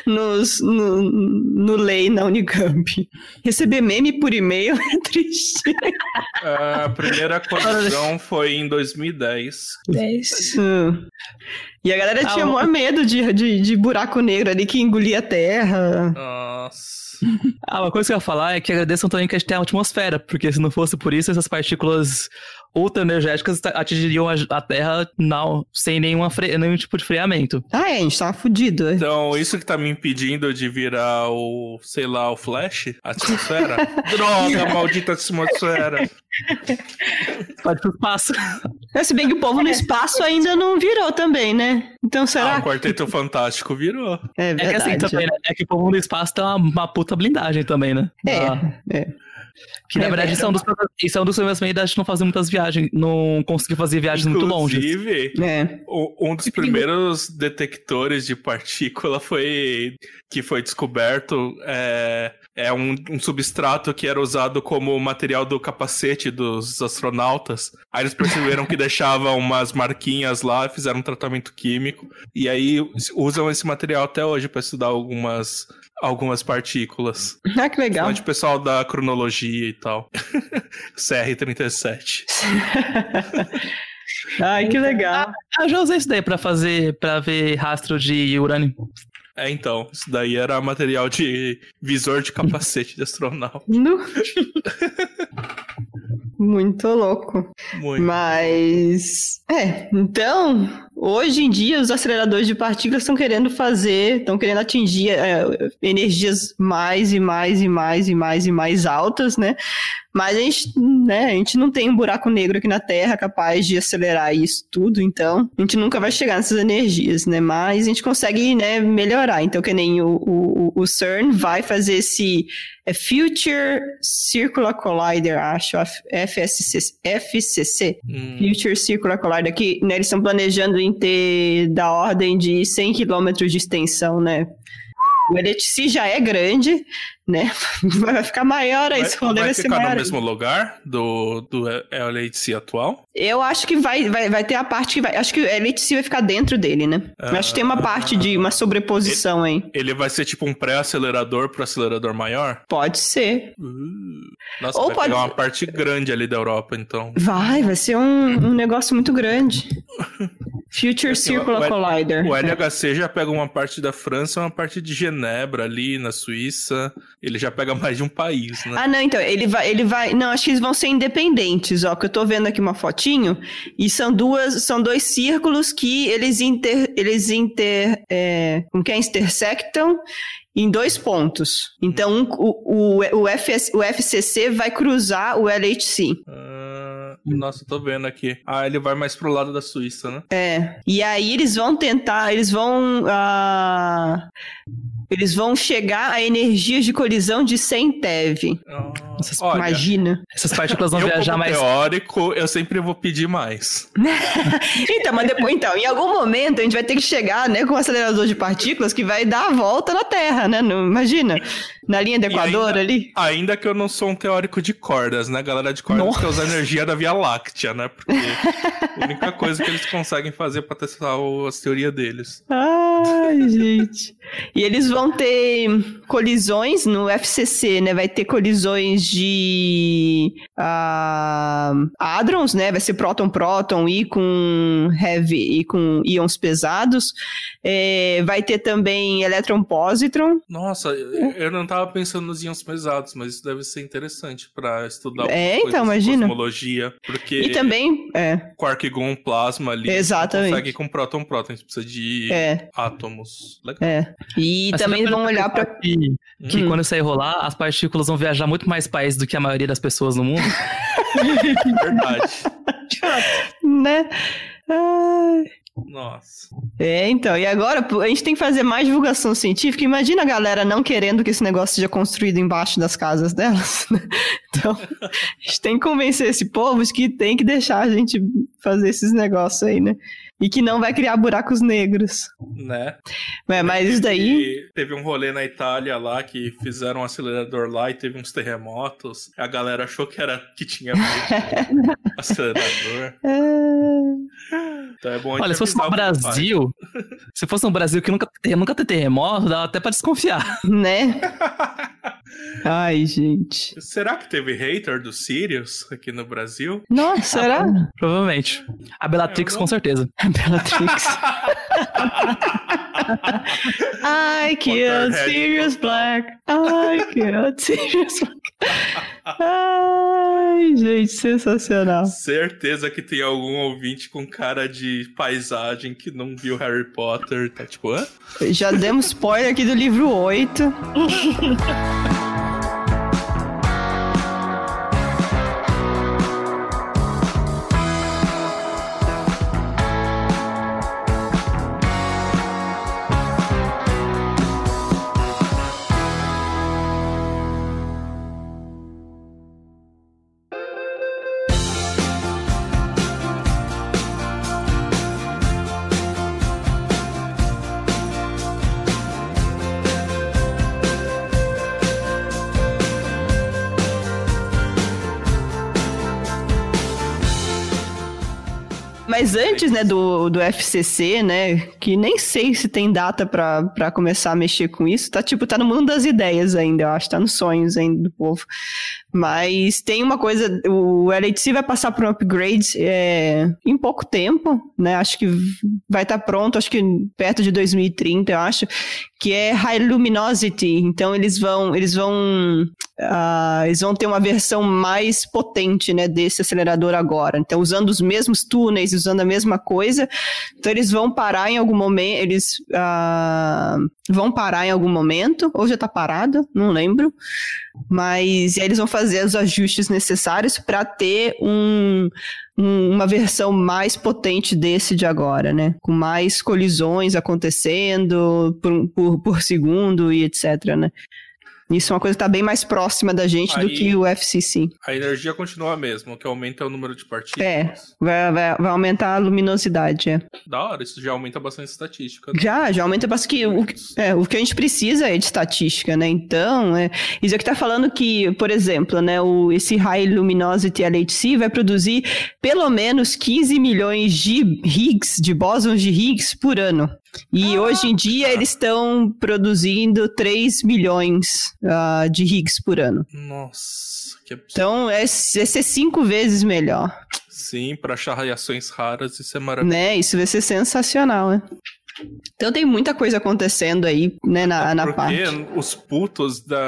no Lei na Unicamp. Receber meme por e-mail é triste. A primeira colisão foi em 2010. 10. E a galera tinha maior medo de buraco negro ali que engolia a Terra. Nossa. Uma coisa que eu ia falar é que agradeçam também que a gente tem a atmosfera, porque se não fosse por isso, essas partículas ultra energéticas atingiriam a Terra sem nenhum tipo de freamento. A gente tava fudido. Então, isso que tá me impedindo de virar o Flash? A atmosfera? Droga, maldita atmosfera. Pode ir pro espaço. Se bem que o povo no espaço ainda não virou também, né? Então será? O Quarteto Fantástico virou. É verdade. É que assim também, né? É que o povo no espaço tem uma puta blindagem também, né? Que na verdade isso é um dos problemas também da gente não fazer muitas viagens, não conseguir fazer viagens muito longe. Inclusive, um dos primeiros detectores de partícula que foi descoberto é um substrato que era usado como material do capacete dos astronautas. Aí eles perceberam que deixavam umas marquinhas lá, fizeram um tratamento químico, e aí usam esse material até hoje para estudar algumas partículas. Que legal. Principalmente o pessoal da cronologia e tal. CR37. Ai, que legal. Eu já usei isso daí pra ver rastro de urânio. Então, isso daí era material de visor de capacete de astronauta. Muito louco. Muito. Mas... então... Hoje em dia, os aceleradores de partículas estão querendo atingir energias mais e mais e mais e mais e mais altas, né? Mas a gente não tem um buraco negro aqui na Terra capaz de acelerar isso tudo, então a gente nunca vai chegar nessas energias, né? Mas a gente consegue, né, melhorar. Então, que nem o CERN vai fazer esse Future Circular Collider, acho, FCC. Future Circular Collider, que, né, eles estão planejando em ter da ordem de 100 km de extensão, né? O LHC já é grande, né? Vai ficar maior, aí esse rolê vai ser maior. Vai ficar no mesmo lugar do LHC atual? Eu acho que vai ter a parte que vai... Acho que o LHC vai ficar dentro dele, né? Acho que tem uma parte de uma sobreposição aí. Ele vai ser tipo um pré-acelerador pro acelerador maior? Pode ser. Nossa, vai pegar uma parte grande ali da Europa, então. Vai ser um negócio muito grande. Future Circular Collider. O LHC já pega uma parte da França, uma parte de Genebra ali na Suíça. Ele já pega mais de um país, né? Não, então, ele vai... Não, acho que eles vão ser independentes, ó, que eu tô vendo aqui uma fotinho, e são dois círculos que eles intersectam, em 2 pontos. Então, o FCC vai cruzar o LHC. Nossa, tô vendo aqui. Ele vai mais pro lado da Suíça, né? E aí eles vão tentar, eles vão chegar a energias de colisão de 100 TeV. Imagina. Essas partículas vão viajar mais... teórico, eu sempre vou pedir mais. Então, mas depois, em algum momento a gente vai ter que chegar, né, com um acelerador de partículas que vai dar a volta na Terra, né? Imagina, na linha do Equador ali. Ainda que eu não sou um teórico de cordas, né? A galera de cordas quer usar a energia da Via Láctea, né? Porque a única coisa que eles conseguem fazer pra testar as teorias deles. Ai, gente. E eles vão ter colisões no FCC, né? Vai ter colisões de hadrons, né? Vai ser próton-próton e com heavy e com íons pesados. Vai ter também elétron-pósitron. Nossa, eu não tava pensando nos íons pesados, mas isso deve ser interessante pra estudar então, imagina. Cosmologia, porque e também quark gluon plasma ali. Exatamente. Não consegue com próton-próton, a gente precisa de átomos. Legal. E mas também vão olhar pra... Que quando isso aí rolar, as partículas vão viajar muito mais países do que a maioria das pessoas no mundo. Verdade. Né? Nossa. Então, e agora a gente tem que fazer mais divulgação científica. Imagina a galera não querendo que esse negócio seja construído embaixo das casas delas. Então, a gente tem que convencer esse povo de que tem que deixar a gente fazer esses negócios aí, né? E que não vai criar buracos negros. Né? Mas isso daí... Teve um rolê na Itália lá que fizeram um acelerador lá e teve uns terremotos. A galera achou que tinha acelerador. Então é bom. Olha, se fosse no Brasil, se fosse um Brasil que nunca tem terremoto, dá até pra desconfiar. Né? Ai, gente. Será que teve hater do Sirius aqui no Brasil? Nossa, será? Provavelmente. A Bellatrix, com certeza. Bellatrix. I killed Sirius Black. I killed Sirius Black. Ai, gente, sensacional. Certeza que tem algum ouvinte com cara de paisagem que não viu Harry Potter. Tá tipo, hã? Já demos spoiler aqui do livro 8. Mas antes, né, do FCC, né, que nem sei se tem data pra começar a mexer com isso, tá no mundo das ideias ainda, eu acho, tá nos sonhos ainda do povo. Mas tem uma coisa, o LHC vai passar por um upgrade em pouco tempo, né, acho que vai estar pronto, acho que perto de 2030, eu acho, que é High Luminosity, então eles vão ter uma versão mais potente, né, desse acelerador agora, então usando os mesmos túneis, usando a mesma coisa, então eles vão parar em algum momento, ou já tá parado, não lembro, mas eles vão fazer os ajustes necessários para ter uma versão mais potente desse de agora, né? Com mais colisões acontecendo por segundo e etc, né? Isso é uma coisa que está bem mais próxima da gente do que o FCC. A energia continua a mesma, o que aumenta é o número de partículas. Vai aumentar a luminosidade, Da hora, isso já aumenta bastante a estatística. Né? Já aumenta bastante. O que a gente precisa é de estatística, né? Então, isso aqui está falando que, por exemplo, né, esse High Luminosity LHC vai produzir pelo menos 15 milhões de Higgs, de bósons de Higgs por ano. E hoje em dia eles estão produzindo 3 milhões de Higgs por ano. Nossa, que absurdo. Então vai ser 5 vezes melhor. Sim, para achar radiações raras, isso é maravilhoso. Né? Isso vai ser sensacional, né? Então tem muita coisa acontecendo aí, né, na parte. Porque os putos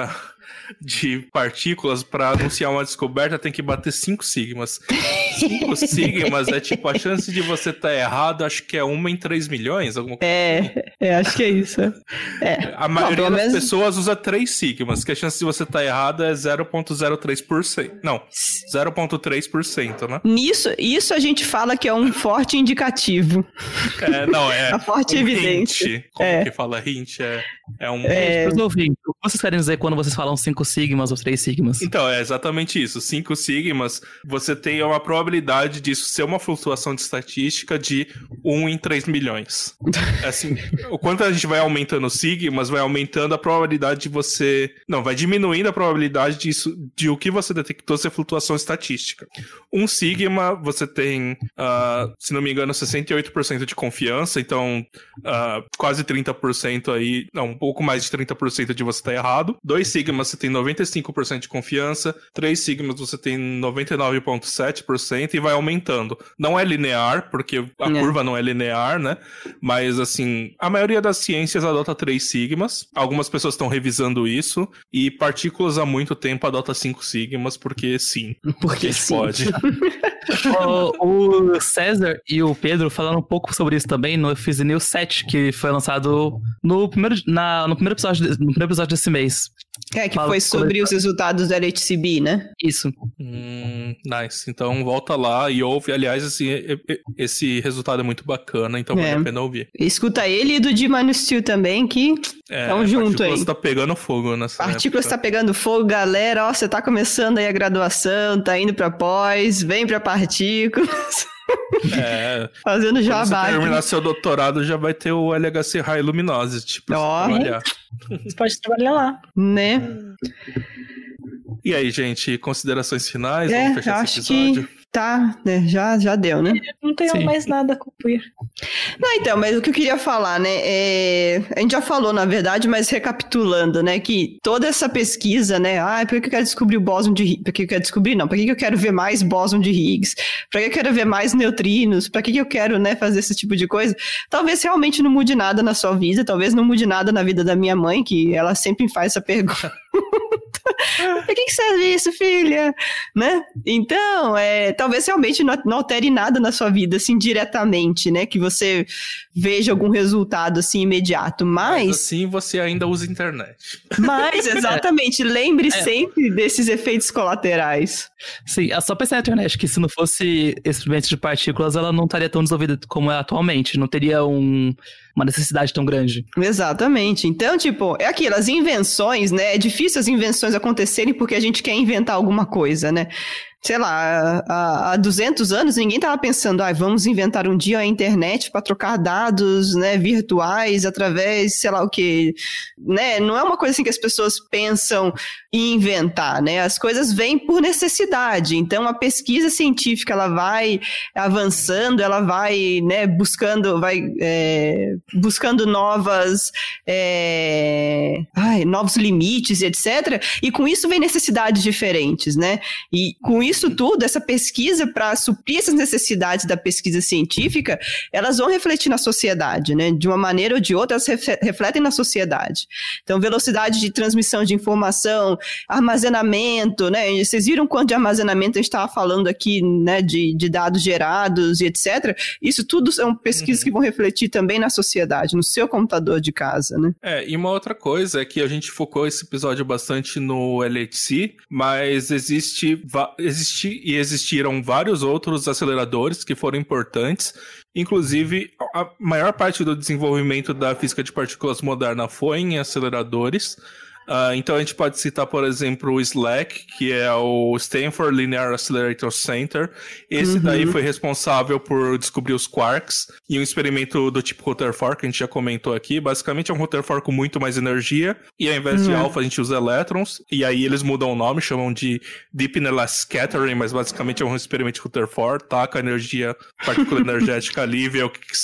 de partículas, para anunciar uma descoberta, tem que bater 5 sigmas. 5 sigmas é tipo, a chance de você estar errado, acho que é 1 em 3 milhões, alguma coisa assim. Acho que é isso. A maioria das pessoas usa 3 sigmas, que a chance de você estar errado é 0,03%. Não, 0,3%, né? Isso a gente fala que é um forte indicativo. É a forte evidência. Hint. Como que fala hint? É um... Pros ouvintes, o que vocês querem dizer quando vocês falam 5 sigmas ou 3 sigmas? Então, é exatamente isso. 5 sigmas, você tem uma probabilidade disso ser uma flutuação de estatística de 1 em 3 milhões. Assim, o quanto a gente vai aumentando sigmas, vai aumentando a probabilidade de você... Não, vai diminuindo a probabilidade disso, de o que você detectou ser flutuação estatística. 1 sigma, você tem, se não me engano, 68% de confiança, então quase 30% aí... Não, um pouco mais de 30% de você estar errado. 2 sigmas você tem 95% de confiança. 3 sigmas você tem 99,7% e vai aumentando. Não é linear, porque a curva não é linear, né? Mas, assim, a maioria das ciências adota 3 sigmas. Algumas pessoas estão revisando isso. E partículas há muito tempo adota 5 sigmas, porque sim. Porque a gente pode. O César e o Pedro falaram um pouco sobre isso também no Fizz News 7, que foi lançado no primeiro episódio desse mês. Que foi sobre os resultados do LHCb, né? Isso. Nice. Então volta lá e ouve. Aliás, assim, esse resultado é muito bacana, então vale a pena ouvir. Escuta ele e do D-Steel também, que estão junto aí. Partículas tá pegando fogo nessa Partículas tá pegando fogo, galera. Ó, você tá começando aí a graduação, tá indo pra pós, vem pra partículas. Fazendo jabá. Se terminar seu doutorado, já vai ter o LHC High Luminosity pra trabalhar. Você pode trabalhar lá. Né? E aí, gente, considerações finais? Vamos fechar esse episódio? Tá, né? Já deu, né? Não tenho mais nada a concluir. Não, então, mas o que eu queria falar, né? A gente já falou, na verdade, mas recapitulando, né? Que toda essa pesquisa, né? Por que eu quero descobrir o bóson de Higgs? Por que eu quero descobrir? Não, por que eu quero ver mais bóson de Higgs? Por que eu quero ver mais neutrinos? Por que eu quero, né, fazer esse tipo de coisa? Talvez realmente não mude nada na sua vida, talvez não mude nada na vida da minha mãe, que ela sempre me faz essa pergunta. Pra que serve isso, filha? Né? Então, talvez realmente não altere nada na sua vida, assim, diretamente, né? Que você veja algum resultado, assim, imediato. Mas assim, você ainda usa internet. Mas, exatamente, lembre sempre desses efeitos colaterais. Sim, só pensar na internet que se não fosse experimentos de partículas, ela não estaria tão desenvolvida como é atualmente. Não teria uma necessidade tão grande. Exatamente. Então, tipo, é aquilo, as invenções, né? É difícil as invenções acontecerem porque a gente quer inventar alguma coisa, né? Sei lá, há 200 anos ninguém estava pensando, vamos inventar um dia a internet para trocar dados, né, virtuais através, sei lá o que, né? Não é uma coisa assim que as pessoas pensam em inventar, né? As coisas vêm por necessidade. Então, a pesquisa científica, ela vai avançando, ela vai, né, buscando novos limites, etc. E com isso vem necessidades diferentes, né? E com isso tudo, essa pesquisa, para suprir essas necessidades da pesquisa científica, elas vão refletir na sociedade, né? De uma maneira ou de outra, elas refletem na sociedade. Então, velocidade de transmissão de informação, armazenamento, né? Vocês viram quanto de armazenamento a gente estava falando aqui, né? De dados gerados e etc. Isso tudo são pesquisas que vão refletir também na sociedade, no seu computador de casa, né? E uma outra coisa é que a gente focou esse episódio bastante no LHC, mas existiram vários outros aceleradores que foram importantes. Inclusive, a maior parte do desenvolvimento da física de partículas moderna foi em aceleradores. Então a gente pode citar, por exemplo, o SLAC, que é o Stanford Linear Accelerator Center. Esse daí foi responsável por descobrir os quarks e um experimento do tipo Rutherford, que a gente já comentou aqui. Basicamente é um Rutherford com muito mais energia, e ao invés de alfa a gente usa elétrons, e aí eles mudam o nome, chamam de Deep Inelastic Scattering, mas basicamente é um experimento de Rutherford, taca a energia, partícula energética ali e vê o que sai.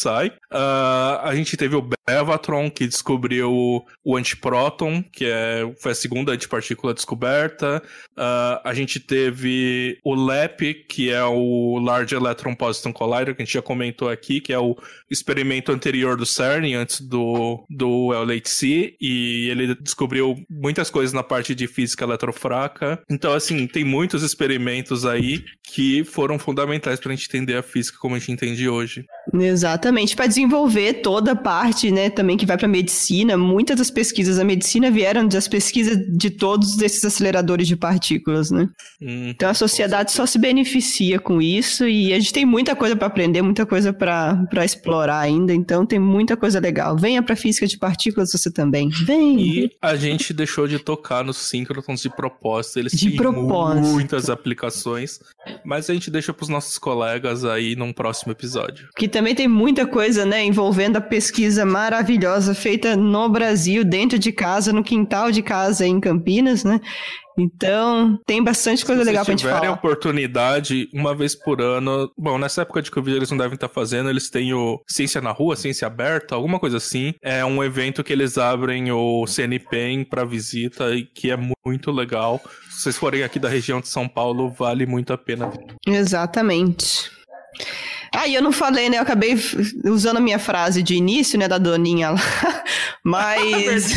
A gente teve o Bevatron, que descobriu o antipróton, que foi a segunda antipartícula descoberta. A gente teve o LEP, que é o Large Electron Positron Collider, que a gente já comentou aqui, que é o experimento anterior do CERN, antes do LHC, e ele descobriu muitas coisas na parte de física eletrofraca. Então, assim, tem muitos experimentos aí que foram fundamentais pra gente entender a física como a gente entende hoje. Exatamente, para desenvolver toda a parte, né, também que vai para medicina. Muitas das pesquisas da medicina vieram das pesquisas de todos esses aceleradores de partículas, né? Então a sociedade só se beneficia com isso e a gente tem muita coisa para aprender, muita coisa para explorar ainda, então tem muita coisa legal. Venha para física de partículas você também. Vem! E a gente deixou de tocar nos síncrotons de propósito, eles têm muitas aplicações, mas a gente deixa para os nossos colegas aí num próximo episódio. Que também tem muita coisa, né, envolvendo a pesquisa maravilhosa feita no Brasil, dentro de casa, no quintal de casa em Campinas, né? Então, tem bastante coisa legal pra gente falar. Se tiverem oportunidade, uma vez por ano... Bom, nessa época de Covid eles não devem estar fazendo, eles têm o Ciência na Rua, Ciência Aberta, alguma coisa assim. É um evento que eles abrem o CNPEM pra visita e que é muito legal. Se vocês forem aqui da região de São Paulo, vale muito a pena. Exatamente. E eu não falei, né? Eu acabei usando a minha frase de início, né? Da doninha lá. Mas...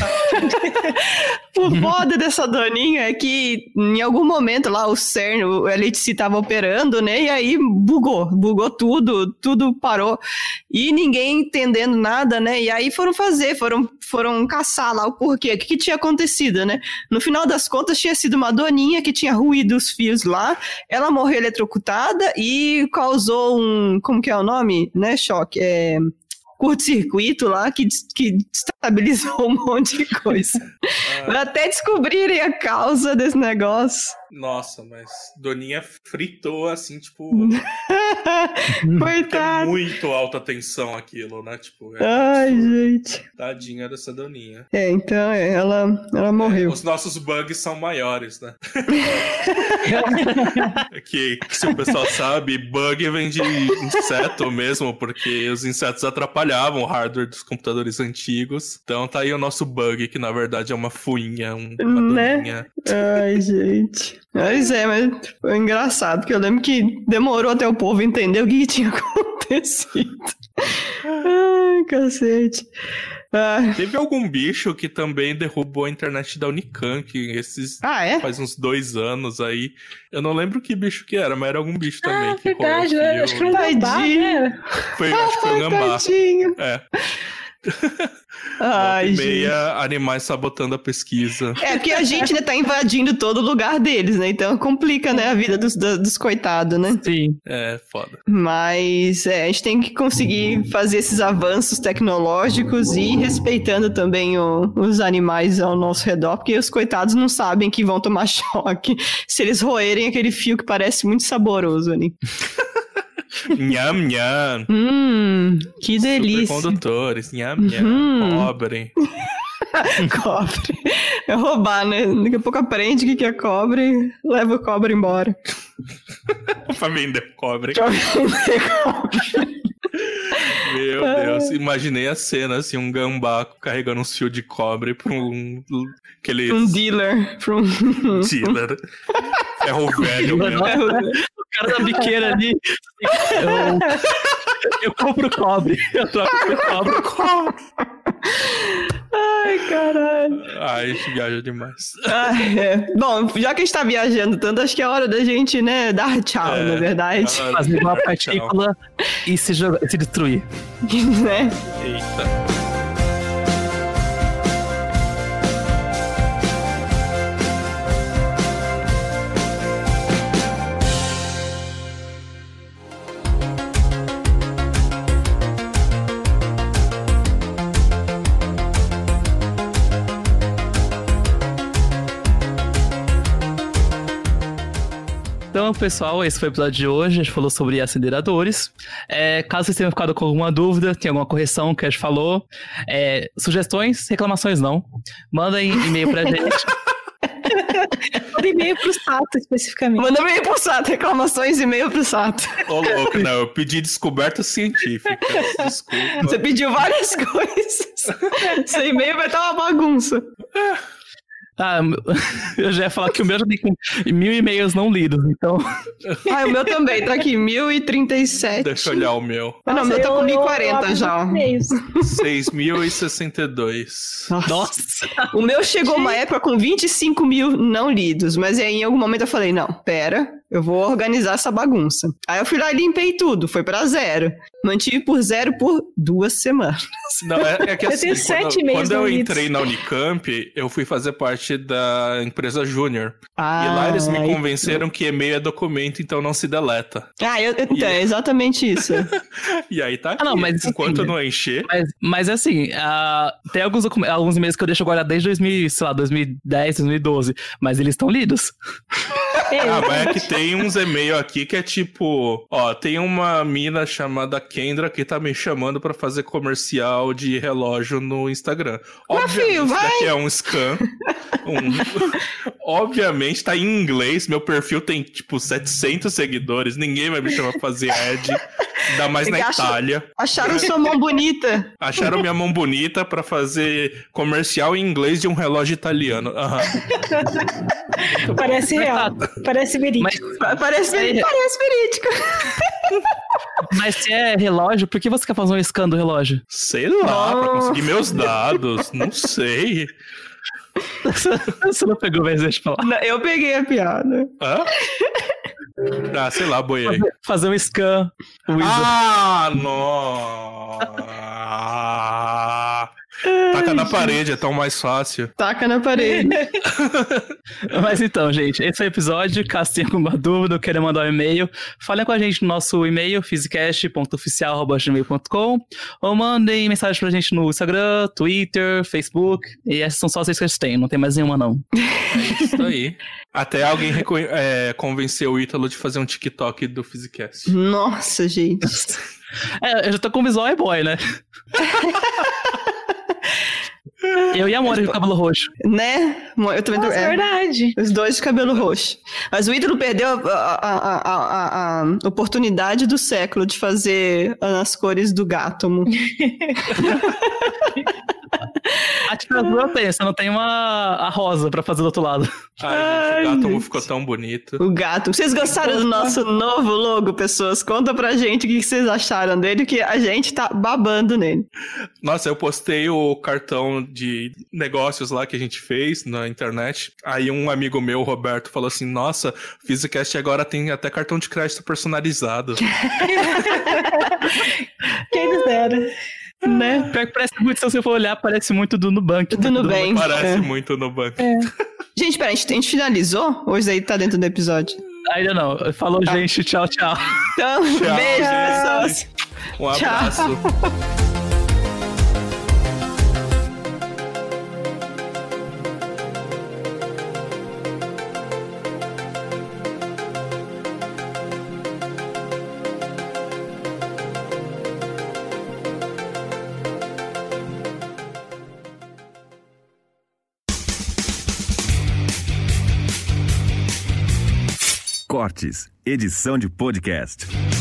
o foda dessa doninha é que em algum momento lá o CERN, o LHC tava operando, né? E aí bugou tudo parou. E ninguém entendendo nada, né? E aí foram caçar lá o porquê, o que tinha acontecido, né? No final das contas tinha sido uma doninha que tinha ruído os fios lá, ela morreu eletrocutada e causou como que é o nome? Né? Choque. Curto-circuito lá que destabilizou um monte de coisa. Até descobrirem a causa desse negócio. Nossa, mas Doninha fritou assim, tipo... Coitado. É muito alta tensão aquilo, né? Tipo, ai, gente. Tadinha dessa Doninha. Então ela morreu. Os nossos bugs são maiores, né? que se o pessoal sabe, bug vem de inseto mesmo, porque os insetos atrapalhavam o hardware dos computadores antigos. Então tá aí o nosso bug, que na verdade é uma fuinha, uma Doninha. Ai, gente. Mas foi engraçado, porque eu lembro que demorou até o povo entender o que tinha acontecido. Ai, cacete. Teve algum bicho que também derrubou a internet da Unicamp, faz uns 2 anos aí. Eu não lembro que bicho que era, mas era algum bicho também. Que verdade, né? Acho que foi um gambá, né? Acho que foi um gambá. Tadinho. Ai, meia animais sabotando a pesquisa. Porque a gente, né, tá invadindo todo o lugar deles, né? Então complica, né, a vida dos coitados, né? Sim. Foda. Mas a gente tem que conseguir fazer esses avanços tecnológicos e respeitando também os animais ao nosso redor, porque os coitados não sabem que vão tomar choque se eles roerem aquele fio que parece muito saboroso ali. Nham, nham. Que delícia. Supercondutores, nham, nham. Cobre. Cobre. É roubar, né? Daqui a pouco aprende o que é cobre e leva o cobre embora. Pra vender cobre. Meu Deus, imaginei a cena, assim, um gambá carregando um fio de cobre pra um dealer. Dealer. Ferro velho mesmo. O cara da biqueira ali. Eu compro cobre. Eu troco por cobre. Ai, caralho. A gente viaja demais. Bom, já que a gente tá viajando tanto, acho que é hora da gente, né, dar tchau, na verdade. Fazer uma partícula e se destruir. Né? Eita. Então, pessoal, esse foi o episódio de hoje. A gente falou sobre aceleradores. Caso vocês tenham ficado com alguma dúvida, tem alguma correção que a gente falou, sugestões, reclamações não. Mandem e-mail pra gente. Manda e-mail pro Sato, especificamente. Manda e-mail pro Sato, reclamações e e-mail pro Sato. Ô, louco, não, eu pedi descoberta científica. Desculpa. Você pediu várias coisas. Seu e-mail vai estar uma bagunça. Eu já ia falar que o meu já tem 1.000 e-mails não lidos, então... O meu também, tá aqui, 1037. Deixa eu olhar o meu. Não, o meu tá com 1040 já. 6.062. Nossa. O meu chegou uma época com 25 mil não lidos, mas aí em algum momento eu falei, não, pera, eu vou organizar essa bagunça. Aí eu fui lá e limpei tudo, foi pra 0. Mantive por 0 por 2 semanas. Não, é que assim, quando eu lidos. entrei na Unicamp, eu fui fazer parte da empresa Júnior. E Ah, lá eles me convenceram que e-mail é documento, então não se deleta. Então, é exatamente isso. E aí tá aqui, não, mas enquanto assim, não encher... Mas assim, tem alguns e-mails que eu deixo guardar desde 2010, 2012, mas eles estão lidos. Mas é que tem uns e-mails aqui que é tipo... Ó, tem uma mina chamada Kendra que tá me chamando pra fazer comercial de relógio no Instagram. Obviamente, filho, vai! Isso daqui é um scam. Obviamente tá em inglês. Meu perfil tem, tipo, 700 seguidores. Ninguém vai me chamar pra fazer ad. Ainda mais na Itália. Acharam sua mão bonita. Acharam minha mão bonita pra fazer comercial em inglês de um relógio italiano. Parece real. Parece verídico. Parece verídico. Mas se é relógio, por que você quer fazer um scan do relógio? Sei lá, pra conseguir meus dados. Não sei. Você não pegou, mas deixa eu falar. Não, eu peguei a piada. Hã? Sei lá, boiei. Fazer um scan. Taca na parede, é tão mais fácil. Taca na parede. Mas então, gente, esse é o episódio. Caso tenha alguma dúvida ou queira mandar um e-mail, falem com a gente no nosso e-mail, physicast.oficial@gmail.com, ou mandem mensagem pra gente no Instagram, Twitter, Facebook. E essas são só as que vocês têm, não tem mais nenhuma, não. É isso aí. Até alguém convenceu o Ítalo de fazer um TikTok do Physicast. Nossa, gente. Eu já tô com visual boy, né? Eu e a Mônica de cabelo roxo. Né? Eu também Nossa, verdade. Os dois de cabelo roxo. Mas o Ítalo perdeu a oportunidade do século de fazer as cores do Gatomo. A tipo azul eu tenho, você não tem a rosa pra fazer do outro lado. Ai, gente, o Gatomo ficou tão bonito. O Gatomo. Vocês gostaram do nosso novo logo, pessoas? Conta pra gente o que vocês acharam dele, que a gente tá babando nele. Nossa, eu postei o cartão de negócios lá que a gente fez na internet. Aí um amigo meu, o Roberto, falou assim, nossa, Physicast agora tem até cartão de crédito personalizado. Quem dera. Né? Pior que parece muito, se você for olhar, parece muito do Nubank. Do Nubank. Parece muito Nubank. Gente, peraí, a gente finalizou? Ou isso aí tá dentro do episódio? Ainda não. Falou, gente. Tchau, tchau. Então, Tchau, beijo, gente. pessoas. Um abraço. Cortes, edição de podcast.